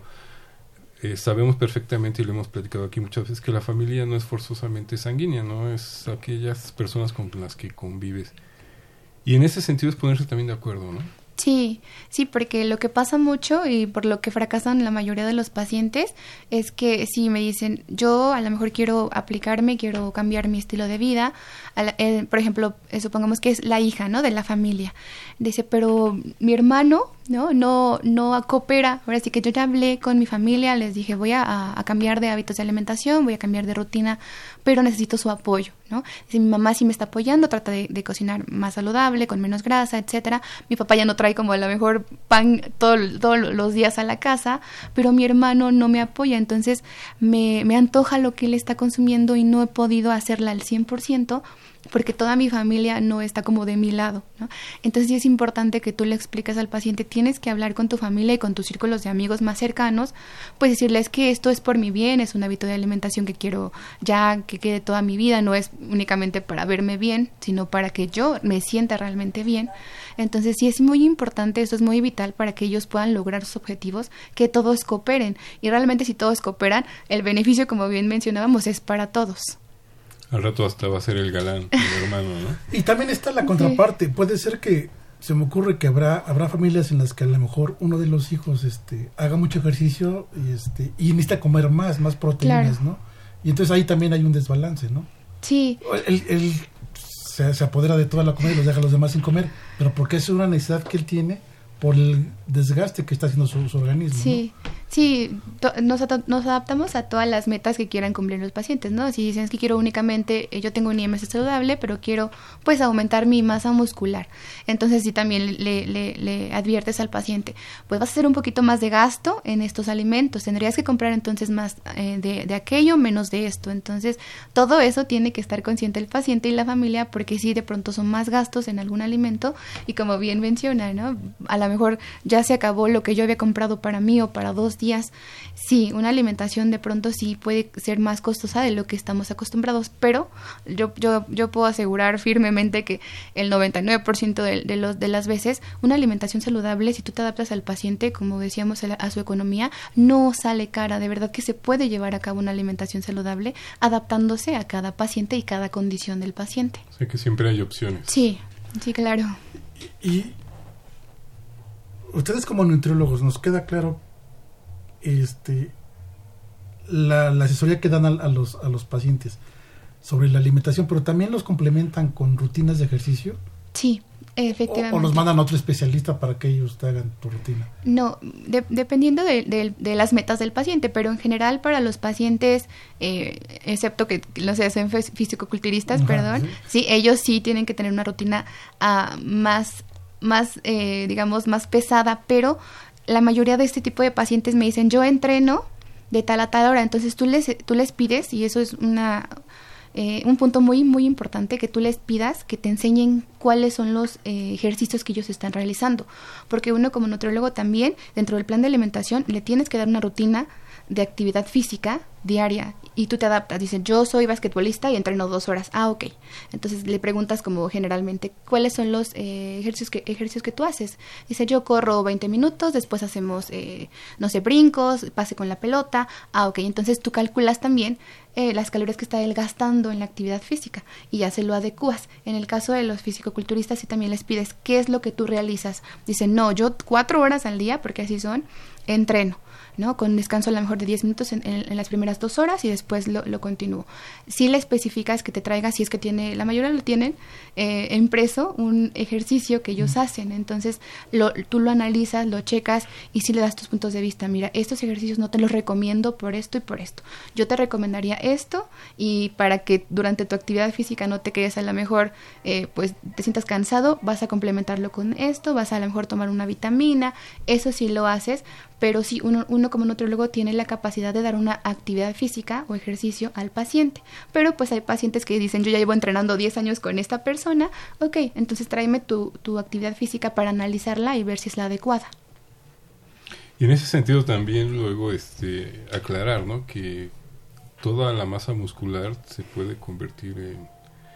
Eh, sabemos perfectamente y lo hemos platicado aquí muchas veces que la familia no es forzosamente sanguínea, ¿no? Es aquellas personas con las que convives. Y en ese sentido es ponerse también de acuerdo, ¿no? Sí, sí, porque lo que pasa mucho y por lo que fracasan la mayoría de los pacientes es que si me dicen, yo a lo mejor quiero aplicarme, quiero cambiar mi estilo de vida, a la, eh, por ejemplo, eh, supongamos que es la hija, ¿no?, de la familia, dice, pero mi hermano, ¿no?, no, no coopera. Ahora sí que yo ya hablé con mi familia, les dije, voy a, a cambiar de hábitos de alimentación, voy a cambiar de rutina, pero necesito su apoyo, ¿no? Si mi mamá sí me está apoyando, trata de, de cocinar más saludable, con menos grasa, etcétera. Mi papá ya no trae como a lo mejor pan todo, todos los días a la casa, pero mi hermano no me apoya, entonces me, me antoja lo que él está consumiendo y no he podido hacerla al cien por ciento porque toda mi familia no está como de mi lado, ¿no? Entonces sí es importante que tú le expliques al paciente, tienes que hablar con tu familia y con tus círculos de amigos más cercanos, pues decirles que esto es por mi bien, es un hábito de alimentación que quiero ya que quede toda mi vida, no es únicamente para verme bien, sino para que yo me sienta realmente bien. Entonces sí es muy importante, eso es muy vital para que ellos puedan lograr sus objetivos, que todos cooperen, y realmente si todos cooperan, el beneficio, como bien mencionábamos, es para todos. Al rato hasta va a ser el galán, el hermano, ¿no? Y también está la contraparte. Puede ser que, se me ocurre que habrá habrá familias en las que a lo mejor uno de los hijos este haga mucho ejercicio y este y necesita comer más, más proteínas, claro, ¿no? Y entonces ahí también hay un desbalance, ¿no? Sí. Él, él se, se apodera de toda la comida y los deja a los demás sin comer, pero porque es una necesidad que él tiene por el desgaste que está haciendo su, su organismo. Sí, ¿no? Sí, to- nos, at- nos adaptamos a todas las metas que quieran cumplir los pacientes, ¿no? Si dicen es que quiero únicamente, eh, yo tengo un I M C saludable, pero quiero pues aumentar mi masa muscular. Entonces sí también le, le, le adviertes al paciente, pues vas a hacer un poquito más de gasto en estos alimentos, tendrías que comprar entonces más eh, de, de aquello, menos de esto. Entonces todo eso tiene que estar consciente el paciente y la familia, porque sí de pronto son más gastos en algún alimento y como bien menciona, ¿no? A lo mejor ya se acabó lo que yo había comprado para mí o para dos días. Sí, una alimentación de pronto sí puede ser más costosa de lo que estamos acostumbrados, pero yo yo yo puedo asegurar firmemente que el noventa y nueve por ciento de, de, los, de las veces una alimentación saludable, si tú te adaptas al paciente, como decíamos, a, la, a su economía, no sale cara. De verdad que se puede llevar a cabo una alimentación saludable adaptándose a cada paciente y cada condición del paciente. O sea que siempre hay opciones. Sí, sí, claro. Y, y ustedes como nutriólogos, nos queda claro este la, la asesoría que dan a, a los a los pacientes sobre la alimentación, pero también los complementan con rutinas de ejercicio. Sí, efectivamente. O, o los mandan a otro especialista para que ellos te hagan tu rutina. No, de, dependiendo de, de, de las metas del paciente, pero en general para los pacientes, eh, excepto que no se hacen fisicoculturistas, Ajá, perdón, sí. sí, ellos sí tienen que tener una rutina uh, más más, eh, digamos, más pesada, pero la mayoría de este tipo de pacientes me dicen, yo entreno de tal a tal hora, entonces tú les, tú les pides, y eso es una eh, un punto muy, muy importante, que tú les pidas que te enseñen cuáles son los eh, ejercicios que ellos están realizando, porque uno como nutriólogo también, dentro del plan de alimentación, le tienes que dar una rutina de actividad física diaria y tú te adaptas. Dicen, yo soy basquetbolista y entreno dos horas. Ah, ok. Entonces le preguntas como generalmente, ¿cuáles son los eh, ejercicios, que, ejercicios que tú haces? Dice, yo corro veinte minutos, después hacemos, eh, no sé, brincos, pase con la pelota. Ah, ok. Entonces tú calculas también eh, las calorías que está él gastando en la actividad física y ya se lo adecuas. En el caso de los fisicoculturistas, sí también les pides, ¿qué es lo que tú realizas? Dicen, no, yo cuatro horas al día, porque así son, entreno, ¿no? Con descanso a lo mejor de diez minutos en, en, en las primeras dos horas y después lo, lo continúo. Si le especificas que te traiga, si es que tiene, la mayoría lo tienen eh, impreso, un ejercicio que ellos mm. hacen, entonces lo, tú lo analizas, lo checas y si le das tus puntos de vista, mira, estos ejercicios no te los recomiendo por esto y por esto. Yo te recomendaría esto y para que durante tu actividad física no te quedes a lo mejor, eh, pues te sientas cansado, vas a complementarlo con esto, vas a a lo mejor tomar una vitamina, eso sí lo haces, pero sí uno, uno como nutriólogo tiene la capacidad de dar una actividad física o ejercicio al paciente, pero pues hay pacientes que dicen, yo ya llevo entrenando diez años con esta persona, ok, entonces tráeme tu, tu actividad física para analizarla y ver si es la adecuada. Y en ese sentido también luego este aclarar, ¿no?, que toda la masa muscular se puede convertir en,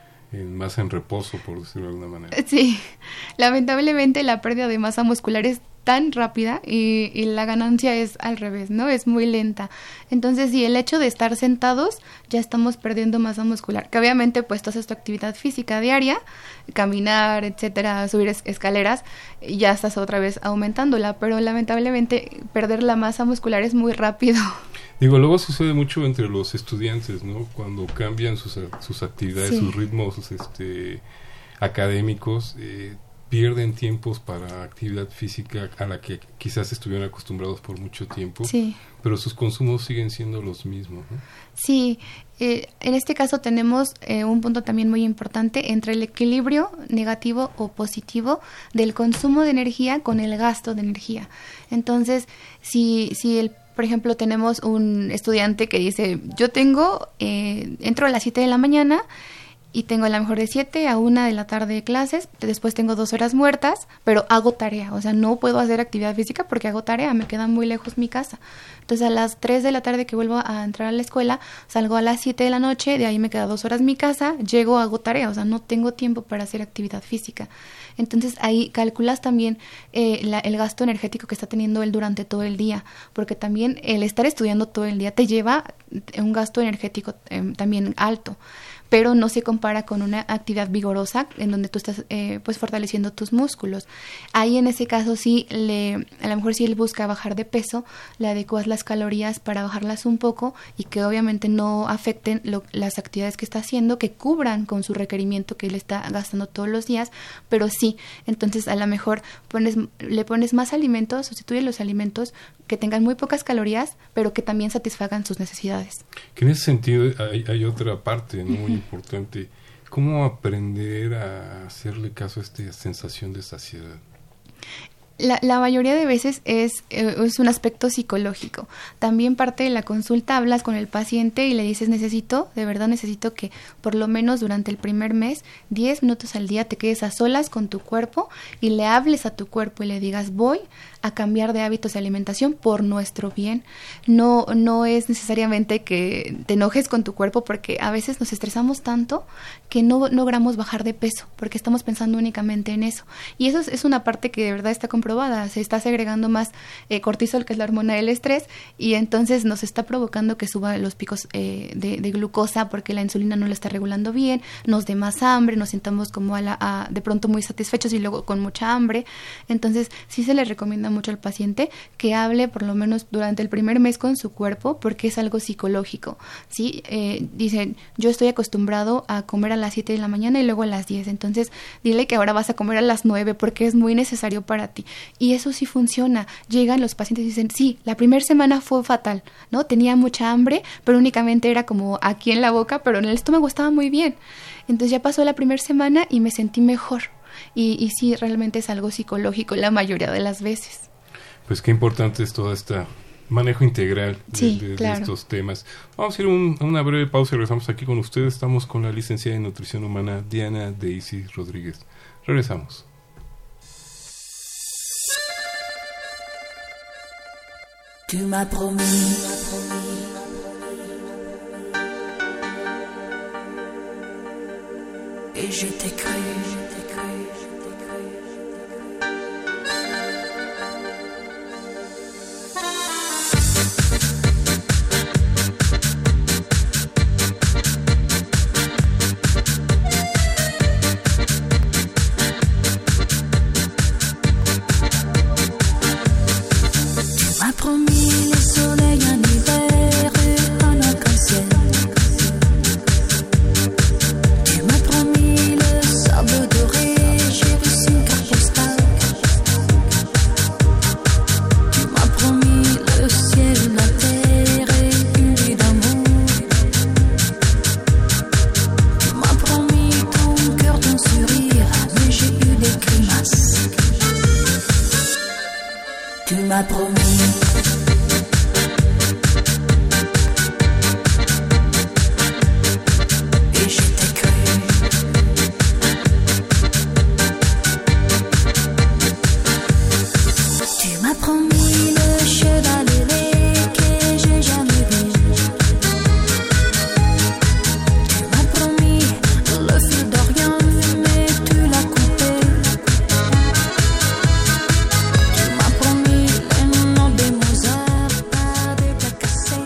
en masa en reposo, por decirlo de alguna manera. Sí, lamentablemente la pérdida de masa muscular es tan rápida y, y la ganancia es al revés, ¿no? Es muy lenta. Entonces, sí, el hecho de estar sentados, ya estamos perdiendo masa muscular. Que obviamente, pues, tú haces tu actividad física diaria, caminar, etcétera, subir es- escaleras, y ya estás otra vez aumentándola. Pero lamentablemente, perder la masa muscular es muy rápido. Digo, luego sucede mucho entre los estudiantes, ¿no? Cuando cambian sus, sus actividades, sí. sus ritmos este, académicos, eh, pierden tiempos para actividad física a la que quizás estuvieron acostumbrados por mucho tiempo, sí. pero sus consumos siguen siendo los mismos, ¿no? Sí, eh, en este caso tenemos eh, un punto también muy importante entre el equilibrio negativo o positivo del consumo de energía con el gasto de energía. Entonces, si, si el por ejemplo, tenemos un estudiante que dice, yo tengo, eh, entro a las siete de la mañana y tengo a lo mejor de siete a una de la tarde de clases, después tengo dos horas muertas, pero hago tarea, o sea, no puedo hacer actividad física porque hago tarea, me queda muy lejos mi casa. Entonces, a las tres de la tarde que vuelvo a entrar a la escuela, salgo a las siete de la noche, de ahí me queda dos horas mi casa, llego, hago tarea, o sea, no tengo tiempo para hacer actividad física. Entonces, ahí calculas también eh, la, el gasto energético que está teniendo él durante todo el día, porque también el estar estudiando todo el día te lleva un gasto energético eh, también alto, pero no se compara con una actividad vigorosa en donde tú estás eh, pues fortaleciendo tus músculos. Ahí en ese caso sí, le, a lo mejor si él busca bajar de peso, le adecuas las calorías para bajarlas un poco y que obviamente no afecten lo, las actividades que está haciendo, que cubran con su requerimiento que él está gastando todos los días, pero sí, entonces a lo mejor pones, le pones más alimentos, sustituye los alimentos que tengan muy pocas calorías, pero que también satisfagan sus necesidades. Que en ese sentido hay, hay otra parte, ¿no?, muy importante. ¿Cómo aprender a hacerle caso a esta sensación de saciedad? La, la mayoría de veces es, eh, es un aspecto psicológico. También parte de la consulta hablas con el paciente y le dices, necesito, de verdad necesito que por lo menos durante el primer mes, diez minutos al día te quedes a solas con tu cuerpo y le hables a tu cuerpo y le digas, voy a cambiar de hábitos de alimentación por nuestro bien. No, no es necesariamente que te enojes con tu cuerpo, porque a veces nos estresamos tanto que no, no logramos bajar de peso porque estamos pensando únicamente en eso. Y eso es, es una parte que de verdad está comprobada. Se está segregando más eh, cortisol, que es la hormona del estrés, y entonces nos está provocando que suba los picos eh, de, de glucosa porque la insulina no la está regulando bien, nos dé más hambre, nos sintamos como a la, a, de pronto muy satisfechos y luego con mucha hambre. Entonces sí se les recomienda mucho al paciente que hable por lo menos durante el primer mes con su cuerpo, porque es algo psicológico, ¿sí? Eh, dicen, yo estoy acostumbrado a comer a las siete de la mañana y luego a las diez, entonces dile que ahora vas a comer a las nueve porque es muy necesario para ti. Y eso sí funciona. Llegan los pacientes y dicen, sí, la primera semana fue fatal, ¿no? Tenía mucha hambre, pero únicamente era como aquí en la boca, pero en el estómago estaba muy bien. Entonces ya pasó la primera semana y me sentí mejor. Y, y sí, realmente es algo psicológico la mayoría de las veces. Pues qué importante es todo este manejo integral de, sí, de, claro. de estos temas. Vamos a ir un, a una breve pausa y regresamos aquí con ustedes. Estamos con la licenciada en Nutrición Humana, Diana Daisy Rodríguez. Regresamos. Tu m'as promis et je t'ai cru, je t'ai cru, je t'ai cru. Tu m'as promis le soleil en hiver et un arc-en-ciel. Tu m'as promis le sable doré, j'ai reçu une carte postale. Tu m'as promis le ciel, la terre et une vie d'amour. Tu m'as promis ton cœur, ton sourire, mais j'ai eu des grimaces. Tu m'as promis. Et je t'ai cru. Tu m'as promis le cheval ailé que j'ai jamais vu. Tu m'as promis le fil d'Orient, mais tu l'as coupé. Tu m'as promis le nom de Mozart, pas des plats cassés.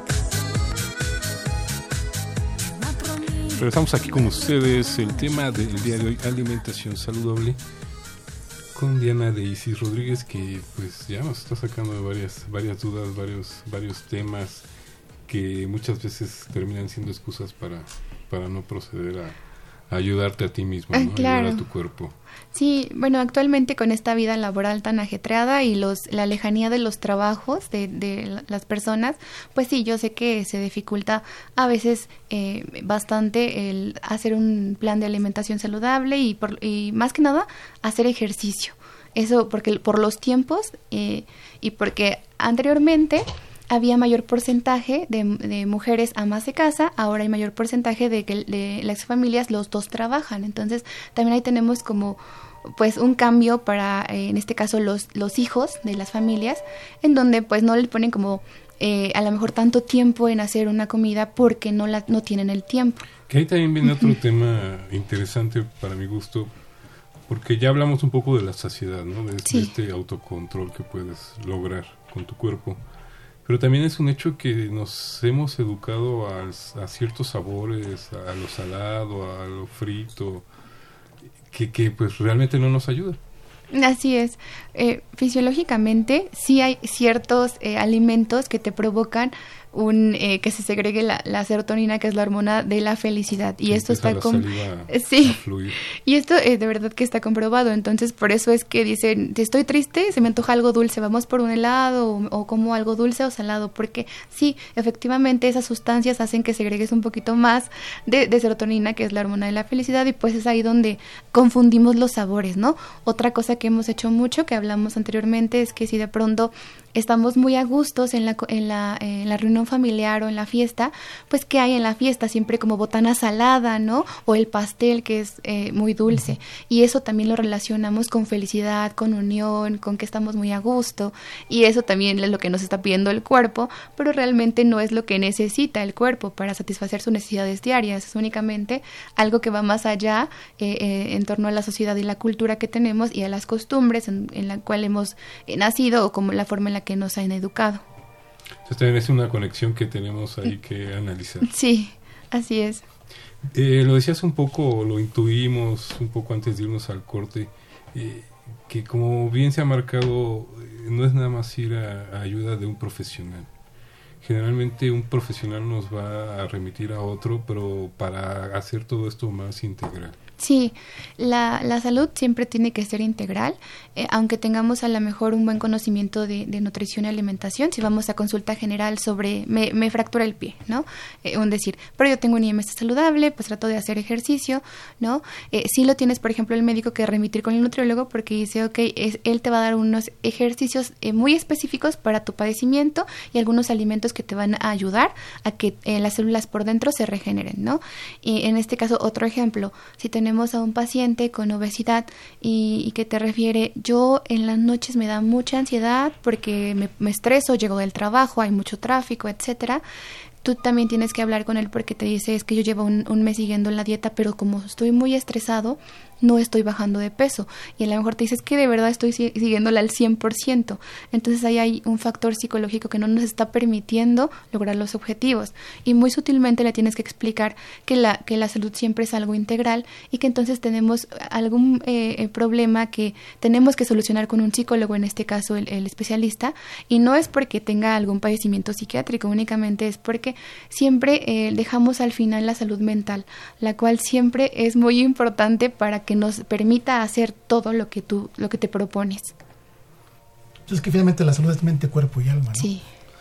Tu m'as promis. Regresamos aquí con ustedes, el tema del día de hoy, alimentación saludable, con Diana de Isis Rodríguez, que pues ya nos está sacando de varias, varias dudas, varios, varios temas que muchas veces terminan siendo excusas para, para no proceder a, a ayudarte a ti mismo, Ah, ¿no? claro. Ayudar a tu cuerpo. Sí, bueno, actualmente con esta vida laboral tan ajetreada y los la lejanía de los trabajos de, de la- las personas, pues sí, yo sé que se dificulta a veces eh, bastante el hacer un plan de alimentación saludable y, por, y más que nada hacer ejercicio. Eso porque por los tiempos eh, y porque anteriormente había mayor porcentaje de, de mujeres amas de casa, ahora hay mayor porcentaje de que de las familias los dos trabajan, entonces también ahí tenemos como pues un cambio para eh, en este caso los los hijos de las familias, en donde pues no le ponen como eh, a lo mejor tanto tiempo en hacer una comida porque no la no tienen el tiempo. Que ahí también viene otro tema interesante para mi gusto, porque ya hablamos un poco de la saciedad, ¿no? De, Sí. de este autocontrol que puedes lograr con tu cuerpo. Pero también es un hecho que nos hemos educado a, a ciertos sabores, a lo salado, a lo frito, que, que pues realmente no nos ayuda. Así es. Eh, fisiológicamente sí hay ciertos eh, alimentos que te provocan un eh, que se segregue la, la serotonina, que es la hormona de la felicidad, y Que esto empieza está la con saliva eh, sí a fluir. y esto eh, de verdad que está comprobado. Entonces por eso es que dicen, si estoy triste, se me antoja algo dulce, vamos por un helado o, o como algo dulce o salado, porque sí, efectivamente esas sustancias hacen que segregues un poquito más de, de serotonina, que es la hormona de la felicidad, y pues es ahí donde confundimos los sabores, ¿no? Otra cosa que hemos hecho mucho, que hablamos anteriormente, es que si de pronto estamos muy a gustos en la, co- en la, en la reunión familiar o en la fiesta, pues ¿qué hay en la fiesta? Siempre como botana salada, ¿no? O el pastel, que es eh, muy dulce. Y eso también lo relacionamos con felicidad, con unión, con que estamos muy a gusto. Y eso también es lo que nos está pidiendo el cuerpo, pero realmente no es lo que necesita el cuerpo para satisfacer sus necesidades diarias. Es únicamente algo que va más allá eh, eh, en torno a la sociedad y la cultura que tenemos y a las costumbres en, en la cual hemos eh, nacido, o como la forma en la que nos han educado. Entonces también es una conexión que tenemos ahí que analizar. Sí, así es. Eh, lo decías un poco, lo intuimos un poco antes de irnos al corte, eh, que como bien se ha marcado, eh, no es nada más ir a, a ayuda de un profesional. Generalmente un profesional nos va a remitir a otro, pero para hacer todo esto más integral. Sí, la, la salud siempre tiene que ser integral, eh, aunque tengamos a lo mejor un buen conocimiento de, de nutrición y alimentación. Si vamos a consulta general sobre, me, me fractura el pie, ¿no? Eh, un decir, pero yo tengo un I M S saludable, pues trato de hacer ejercicio, ¿no? Eh, si lo tienes, por ejemplo, el médico que remitir con el nutriólogo, porque dice, ok, es, él te va a dar unos ejercicios eh, muy específicos para tu padecimiento y algunos alimentos que te van a ayudar a que eh, las células por dentro se regeneren, ¿no? Y en este caso, otro ejemplo, si tenemos a un paciente con obesidad y, y que te refiere, yo en las noches me da mucha ansiedad porque me, me estreso, llego del trabajo, hay mucho tráfico, etcétera. tú también tienes que hablar con él porque te dice, es que yo llevo un, un mes siguiendo la dieta, pero como estoy muy estresado, no estoy bajando de peso. Y a lo mejor te dices que de verdad estoy si- siguiéndola al cien por ciento. Entonces ahí hay un factor psicológico que no nos está permitiendo lograr los objetivos. Y muy sutilmente le tienes que explicar que la, que la salud siempre es algo integral y que entonces tenemos algún eh, problema que tenemos que solucionar con un psicólogo, en este caso el, el especialista, y no es porque tenga algún padecimiento psiquiátrico, únicamente es porque siempre eh, dejamos al final la salud mental, la cual siempre es muy importante para que nos permita hacer todo lo que tú, lo que te propones. Es que finalmente la salud es mente, cuerpo y alma, ¿no? Sí.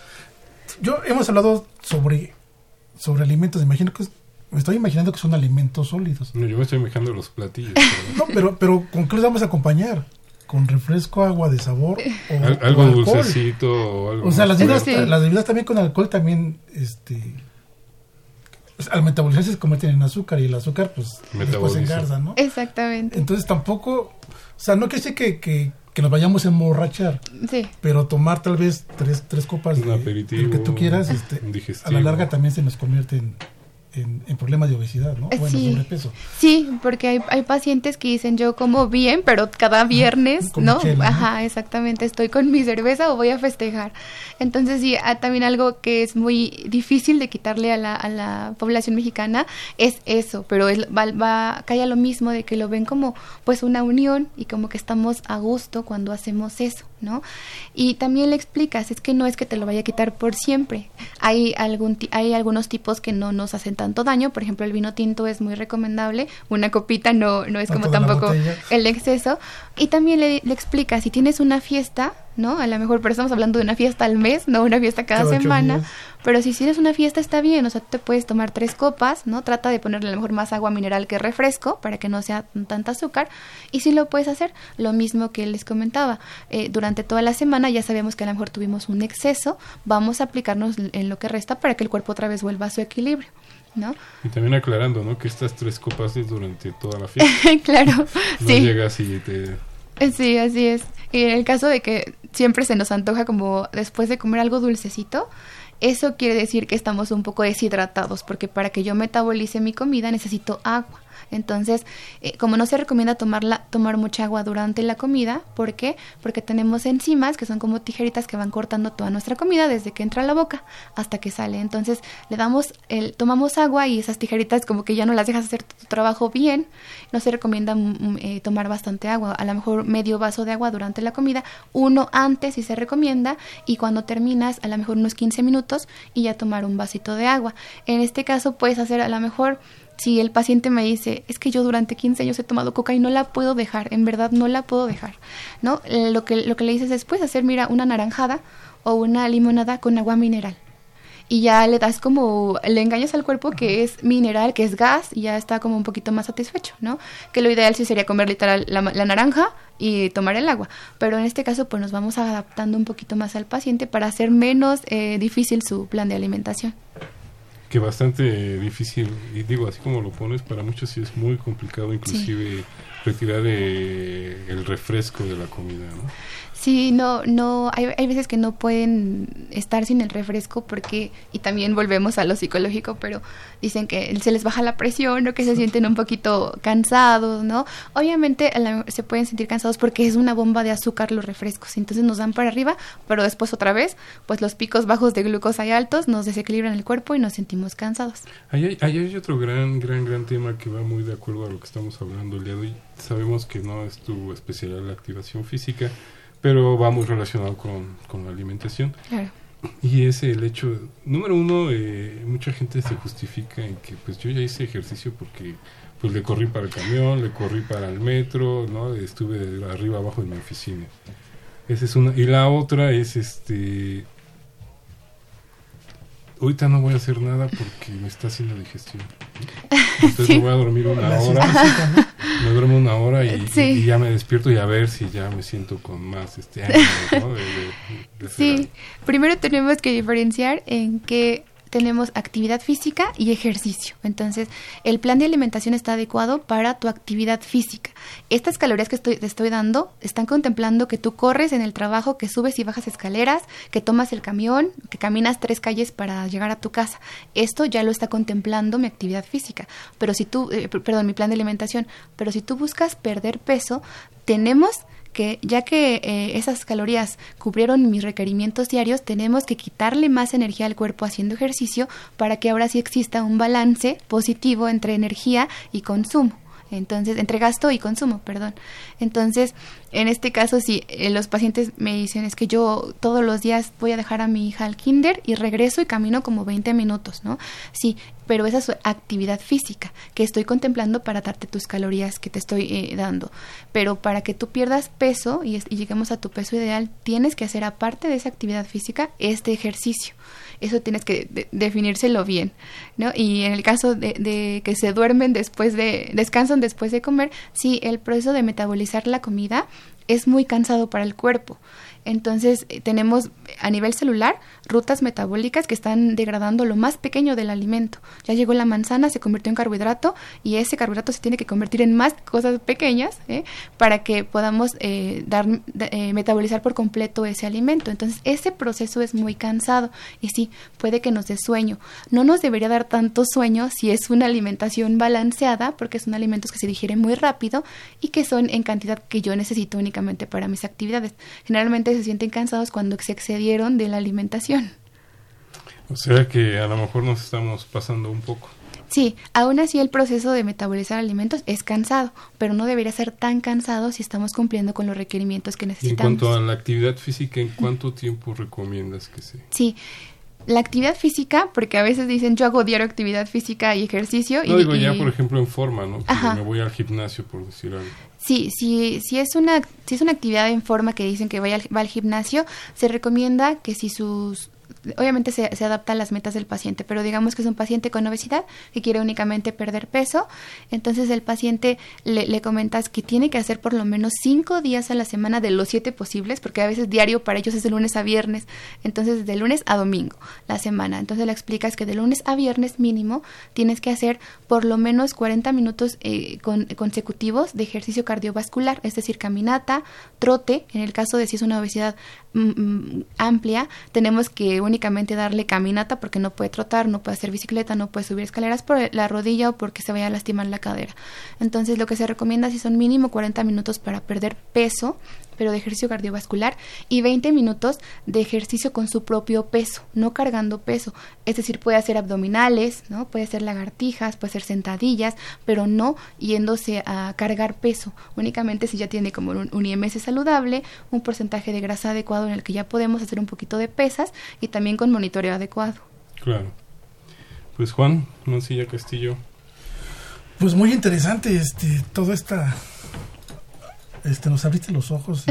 Yo hemos hablado sobre, sobre alimentos, imagino que es- me estoy imaginando que son alimentos sólidos. No, yo me estoy imaginando los platillos. pero- No, pero, pero ¿con qué los vamos a acompañar? ¿Con refresco, agua de sabor o, Al- o algo alcohol? dulcecito o algo O sea, más las bebidas, fuerte. Sí. las bebidas también con alcohol también, este, pues, al metabolizarse se convierten en azúcar y el azúcar pues después Metaboliza. engarza, ¿no? Exactamente. Entonces tampoco, o sea, no quiere decir que, que, que nos vayamos a emborrachar, Sí. pero tomar tal vez tres, tres copas Un de, aperitivo, de lo que tú quieras, este, un a digestivo. la larga también se nos convierte en, en, en problemas de obesidad, ¿no? Bueno, Sí. sobrepeso. Sí, porque hay, hay pacientes que dicen yo como bien, pero cada viernes, Con ¿no? chela, ¿no? Ajá, exactamente, estoy con mi cerveza o voy a festejar. Entonces sí, ah, también algo que es muy difícil de quitarle a la, a la población mexicana es eso, pero es, va, va, cae a lo mismo de que lo ven como pues una unión y como que estamos a gusto cuando hacemos eso, ¿no? Y también le explicas, es que no es que te lo vaya a quitar por siempre. Hay algún ti- hay algunos tipos que no nos hacen tanto daño, por ejemplo, el vino tinto es muy recomendable, una copita no no es No como toda la tampoco botella. el exceso. Y también le, le explicas, si tienes una fiesta, ¿no? A lo mejor, pero estamos hablando de una fiesta al mes, no una fiesta cada, Cada ocho semana. días. Pero si tienes una fiesta está bien, o sea, tú te puedes tomar tres copas, ¿no? Trata de ponerle a lo mejor más agua mineral que refresco para que no sea tanta azúcar. Y sí lo puedes hacer, lo mismo que les comentaba. Eh, durante toda la semana ya sabemos que a lo mejor tuvimos un exceso, vamos a aplicarnos en lo que resta para que el cuerpo otra vez vuelva a su equilibrio, ¿no? Y también aclarando, ¿no? Que estas tres copas es durante toda la fiesta. Claro, No sí. llegas y te... Sí, así es. Y en el caso de que siempre se nos antoja como después de comer algo dulcecito, eso quiere decir que estamos un poco deshidratados, porque para que yo metabolice mi comida necesito agua. Entonces, eh, como no se recomienda tomarla, tomar mucha agua durante la comida, ¿por qué? Porque tenemos enzimas que son como tijeritas que van cortando toda nuestra comida desde que entra a la boca hasta que sale. Entonces, le damos, el, tomamos agua y esas tijeritas como que ya no las dejas hacer tu trabajo bien. No se recomienda mm, eh, tomar bastante agua, a lo mejor medio vaso de agua durante la comida, uno antes si se recomienda, y cuando terminas a lo mejor unos quince minutos y ya tomar un vasito de agua. En este caso puedes hacer a lo mejor... Si el paciente me dice, es que yo durante quince años he tomado coca y no la puedo dejar, en verdad no la puedo dejar, ¿no? Eh, Lo que, lo que le dices es, puedes hacer, mira, una naranjada o una limonada con agua mineral. Y ya le das como, le engañas al cuerpo que es mineral, que es gas, y ya está como un poquito más satisfecho, ¿no? Que lo ideal sí sería comer literal la, la naranja y tomar el agua. Pero en este caso, pues nos vamos adaptando un poquito más al paciente para hacer menos eh, difícil su plan de alimentación. Que bastante difícil, y digo, así como lo pones, para muchos sí es muy complicado inclusive sí. retirar eh, el refresco de la comida, ¿no? Sí, no, no, hay, hay veces que no pueden estar sin el refresco porque, y también volvemos a lo psicológico, pero dicen que se les baja la presión o que se sienten un poquito cansados, ¿no? Obviamente la, se pueden sentir cansados porque es una bomba de azúcar los refrescos, entonces nos dan para arriba, pero después otra vez, pues los picos bajos de glucosa y altos nos desequilibran el cuerpo y nos sentimos cansados. Ahí hay, ahí hay otro gran, gran, gran tema que va muy de acuerdo a lo que estamos hablando el día de hoy. Sabemos que no es tu especialidad la activación física, pero va muy relacionado con, con la alimentación. Claro. Y es el hecho, número uno, eh, mucha gente se justifica en que pues yo ya hice ejercicio porque pues le corrí para el camión, le corrí para el metro, ¿no? Estuve de arriba abajo en mi oficina. Esa es una. Y la otra es este... Ahorita no voy a hacer nada porque me está haciendo digestión. Entonces sí. me voy a dormir una hora. Me duermo una hora y, sí. y, y ya me despierto y a ver si ya me siento con más este ánimo, ¿no? De, de, de sí, primero tenemos que diferenciar en que tenemos actividad física y ejercicio. Entonces, el plan de alimentación está adecuado para tu actividad física. Estas calorías que estoy, te estoy dando están contemplando que tú corres en el trabajo, que subes y bajas escaleras, que tomas el camión, que caminas tres calles para llegar a tu casa. Esto ya lo está contemplando mi actividad física. Pero si tú, eh, perdón, mi plan de alimentación. Pero si tú buscas perder peso, tenemos que, ya que eh, esas calorías cubrieron mis requerimientos diarios, tenemos que quitarle más energía al cuerpo haciendo ejercicio para que ahora sí exista un balance positivo entre energía y consumo. Entonces, entre gasto y consumo, perdón. Entonces, en este caso, si eh, los pacientes me dicen, es que yo todos los días voy a dejar a mi hija al kinder y regreso y camino como veinte minutos, ¿no? Sí, pero esa es actividad física que estoy contemplando para darte tus calorías que te estoy eh, dando. Pero para que tú pierdas peso y, y lleguemos a tu peso ideal, tienes que hacer, aparte de esa actividad física, este ejercicio. Eso tienes que de, definírselo bien, ¿no? Y en el caso de, de que se duermen después de, descansan después de comer, sí, el proceso de metabolizar la comida es muy cansado para el cuerpo. Entonces, eh, tenemos a nivel celular rutas metabólicas que están degradando lo más pequeño del alimento. Ya llegó la manzana, se convirtió en carbohidrato y ese carbohidrato se tiene que convertir en más cosas pequeñas ¿eh? para que podamos eh, dar eh, metabolizar por completo ese alimento. Entonces, ese proceso es muy cansado y sí, puede que nos dé sueño. No nos debería dar tanto sueño si es una alimentación balanceada, porque son alimentos que se digieren muy rápido y que son en cantidad que yo necesito únicamente para mis actividades. Generalmente se sienten cansados cuando se excedieron de la alimentación. O sea que a lo mejor nos estamos pasando un poco. Sí, aún así el proceso de metabolizar alimentos es cansado, pero no debería ser tan cansado si estamos cumpliendo con los requerimientos que necesitamos. Y en cuanto a la actividad física, ¿en cuánto tiempo recomiendas que se...? Sí, la actividad física, porque a veces dicen yo hago diario actividad física y ejercicio. No, y, digo y... ya, por ejemplo, en forma, ¿no? Ajá. Me voy al gimnasio, por decir algo. Sí, sí, si es una si es una actividad en forma que dicen que vaya al, va al gimnasio, se recomienda que si sus... Obviamente se, se adapta a las metas del paciente, pero digamos que es un paciente con obesidad que quiere únicamente perder peso, entonces el paciente le, le comentas que tiene que hacer por lo menos cinco días a la semana de los siete posibles, porque a veces diario para ellos es de lunes a viernes, entonces de lunes a domingo la semana. Entonces le explicas que de lunes a viernes mínimo tienes que hacer por lo menos cuarenta minutos eh, con, consecutivos de ejercicio cardiovascular, es decir, caminata, trote. En el caso de si es una obesidad mm, amplia, tenemos que únicamente darle caminata porque no puede trotar, no puede hacer bicicleta, no puede subir escaleras por la rodilla o porque se vaya a lastimar la cadera. Entonces lo que se recomienda si son mínimo cuarenta minutos para perder peso, pero de ejercicio cardiovascular, y veinte minutos de ejercicio con su propio peso, no cargando peso. Es decir, puede hacer abdominales, ¿no? Puede hacer lagartijas, puede hacer sentadillas, pero no yéndose a cargar peso. Únicamente si ya tiene como un, un I M S saludable, un porcentaje de grasa adecuado en el que ya podemos hacer un poquito de pesas y también con monitoreo adecuado. Claro. Pues Juan Mancilla Castillo. Pues muy interesante este toda esta... Este, nos abriste los ojos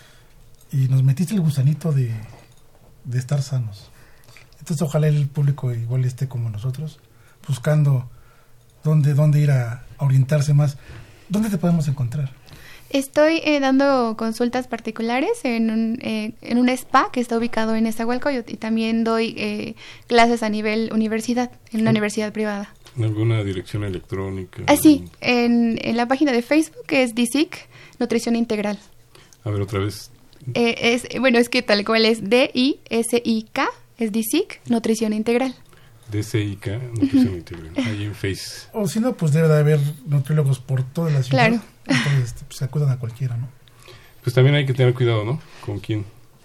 y, y nos metiste el gusanito de, de estar sanos. Entonces ojalá el público igual esté como nosotros, buscando dónde, dónde ir a, a orientarse más. ¿Dónde te podemos encontrar? Estoy eh, dando consultas particulares en un, eh, en un spa que está ubicado en Nezahualcóyotl y también doy eh, clases a nivel universidad, en una sí. universidad privada. ¿Alguna dirección electrónica? Ah, sí, en, en la página de Facebook que es D S I C, Nutrición Integral. A ver, otra vez. Eh, es, bueno, es que tal cual es D I S I K, es D S I C, Nutrición Integral. D S I K, Nutrición uh-huh. Integral, ahí en Face. O si no, pues debe de haber nutriólogos por toda la ciudad. Claro. Entonces pues, se acudan a cualquiera, ¿no? Pues también hay que tener cuidado, ¿no? ¿Con quién?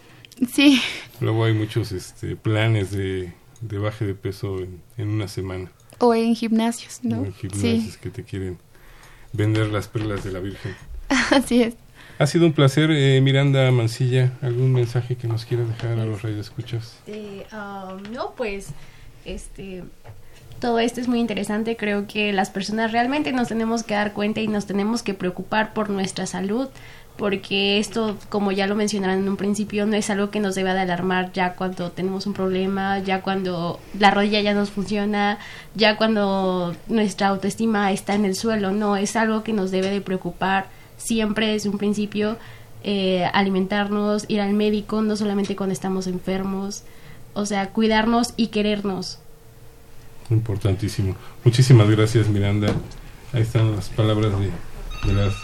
Sí. Luego hay muchos este, planes de, de baje de peso en, en una semana. O en gimnasios, ¿no? O en gimnasios sí. que te quieren vender las perlas de la Virgen. Así es. Ha sido un placer, eh, Miranda Mancilla. ¿Algún mensaje que nos quieras dejar a los radioescuchas? Este, um, no, pues, este, todo esto es muy interesante. Creo que las personas realmente nos tenemos que dar cuenta y nos tenemos que preocupar por nuestra salud, porque esto, como ya lo mencionaron en un principio, no es algo que nos deba de alarmar ya cuando tenemos un problema, ya cuando la rodilla ya nos funciona, ya cuando nuestra autoestima está en el suelo. No, es algo que nos debe de preocupar siempre desde un principio, eh, alimentarnos, ir al médico, no solamente cuando estamos enfermos, o sea, cuidarnos y querernos, Importantísimo. Muchísimas gracias, Miranda. Ahí están las palabras de, de las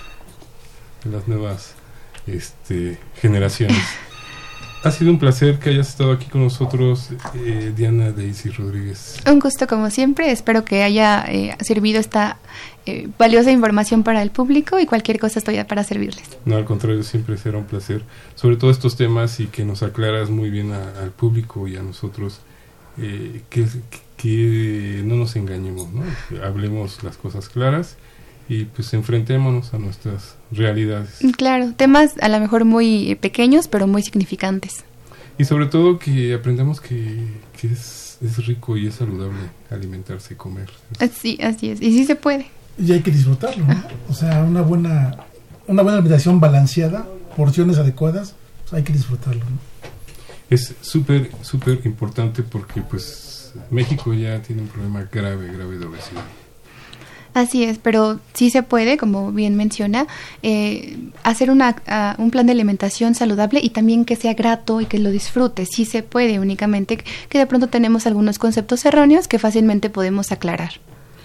de las nuevas este, generaciones. Ha sido un placer que hayas estado aquí con nosotros, eh, Diana Daisy Rodríguez. Un gusto como siempre, espero que haya eh, servido esta eh, valiosa información para el público y cualquier cosa estoy para servirles. No, al contrario, siempre será un placer, sobre todo estos temas y que nos aclaras muy bien a, al público y a nosotros, eh, que, que no nos engañemos, ¿no? Que hablemos las cosas claras y pues enfrentémonos a nuestras realidades. Claro, temas a lo mejor muy pequeños, pero muy significantes. Y sobre todo que aprendamos que, que es, es rico y es saludable alimentarse, comer. Sí, así es, y sí se puede. Y hay que disfrutarlo, ¿no? O sea, una buena una buena alimentación balanceada, porciones adecuadas, pues hay que disfrutarlo, ¿no? Es súper, súper importante porque pues México ya tiene un problema grave, grave de obesidad. Así es, pero sí se puede, como bien menciona, eh, hacer una, uh, un plan de alimentación saludable y también que sea grato y que lo disfrutes. Sí se puede, únicamente que de pronto tenemos algunos conceptos erróneos que fácilmente podemos aclarar.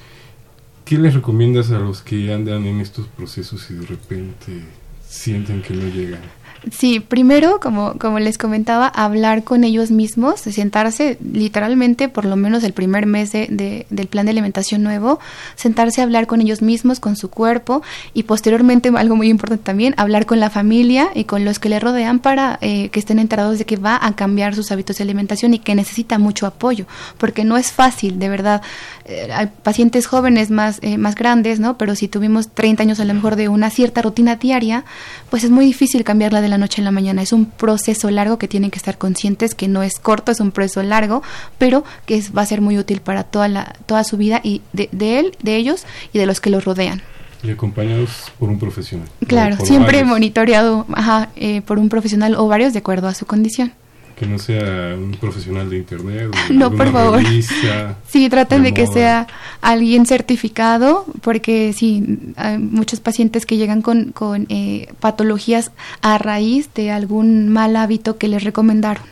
¿Qué les recomiendas a los que andan en estos procesos y de repente sienten que no llegan? Sí, primero, como, como les comentaba, hablar con ellos mismos, sentarse literalmente por lo menos el primer mes de, de, del plan de alimentación nuevo, sentarse a hablar con ellos mismos, con su cuerpo y posteriormente, algo muy importante también, hablar con la familia y con los que le rodean para eh, que estén enterados de que va a cambiar sus hábitos de alimentación y que necesita mucho apoyo, porque no es fácil, de verdad. Eh, hay pacientes jóvenes más, eh, más grandes, ¿no? Pero si tuvimos treinta años a lo mejor de una cierta rutina diaria, pues es muy difícil cambiarla de la noche en la mañana. Es un proceso largo que tienen que estar conscientes que no es corto, es un proceso largo, pero que es, va a ser muy útil para toda la toda su vida y de, de él, de ellos y de los que los rodean. Y acompañados por un profesional. Claro, por siempre varios. monitoreado ajá, eh, por un profesional o varios de acuerdo a su condición. Que no sea un profesional de internet o no, por favor. Revista, sí, traten de, de que moda. sea alguien certificado, porque sí, hay muchos pacientes que llegan con, con eh, patologías a raíz de algún mal hábito que les recomendaron.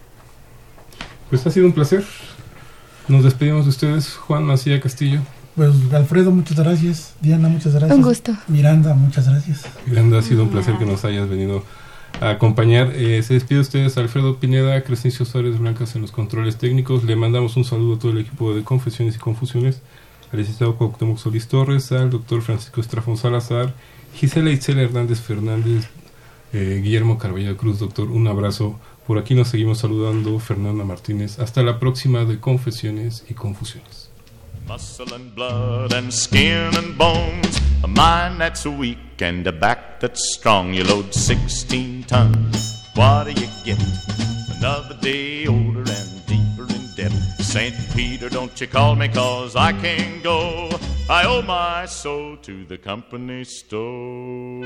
Pues ha sido un placer. Nos despedimos de ustedes, Juan Macía Castillo. Pues Alfredo, muchas gracias. Diana, muchas gracias. Un gusto. Miranda, muchas gracias. Miranda, ha sido un placer que nos hayas venido a acompañar. Eh, se despide ustedes Alfredo Pineda, Crescencio Suárez Blancas en los controles técnicos. Le mandamos un saludo a todo el equipo de Confesiones y Confusiones, al licenciado Cuauhtémoc Solís Torres, al doctor Francisco Estrafón Salazar, Gisela Itzel Hernández Fernández, eh, Guillermo Carballo Cruz. Doctor, un abrazo. Por aquí nos seguimos saludando, Fernanda Martínez. Hasta la próxima de Confesiones y Confusiones. Muscle and blood and skin and bones, a mind that's weak and a back that's strong. You load sixteen tons, what do you get? Another day older and deeper in debt. Saint Peter, don't you call me, cause I can't go. I owe my soul to the company store.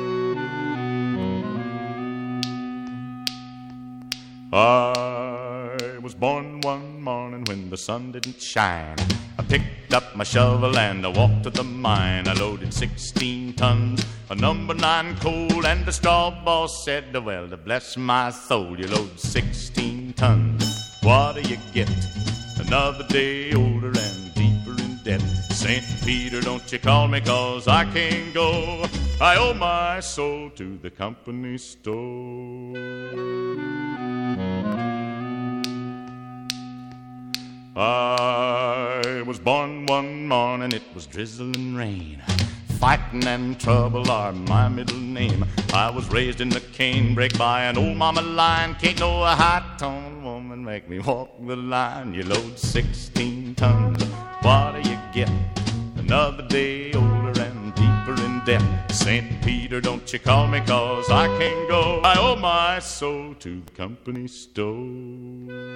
I was born one morning when the sun didn't shine. I picked up my shovel and I walked to the mine. I loaded sixteen tons of number nine coal, and the straw boss said, well, to bless my soul, you load sixteen tons, what do you get? Another day older and deeper in debt. Saint Peter, don't you call me, cause I can't go. I owe my soul to the company store. I was born one morning, it was drizzling rain. Fighting and trouble are my middle name. I was raised in the canebrake by an old mama lion. Can't no high-toned woman make me walk the line. You load sixteen tons, what do you get? Another day older and deeper in debt. Saint Peter, don't you call me, cause I can't go. I owe my soul to the company store.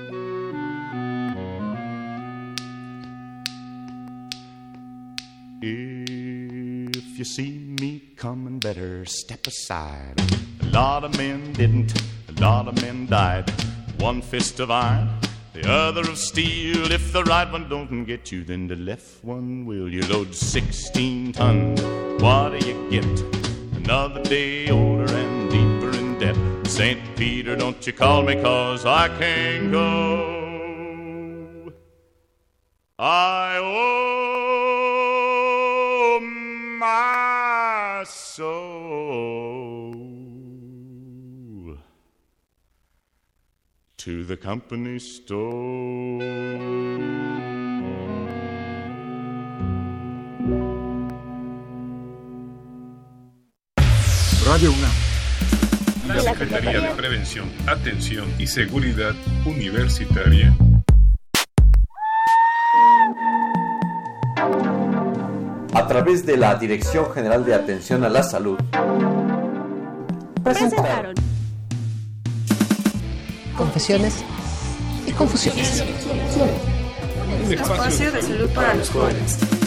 If you see me coming, better step aside. A lot of men didn't, a lot of men died. One fist of iron, the other of steel. If the right one don't get you, then the left one will. You load sixteen tons, what do you get? Another day older and deeper in debt. Saint Peter, don't you call me, cause I can't go. I owe my soul to the company store. Radio UNAM. La Secretaría de Prevención, Atención y Seguridad Universitaria a través de la Dirección General de Atención a la Salud presentaron Confesiones y Confusiones. un espacio de salud para los jóvenes.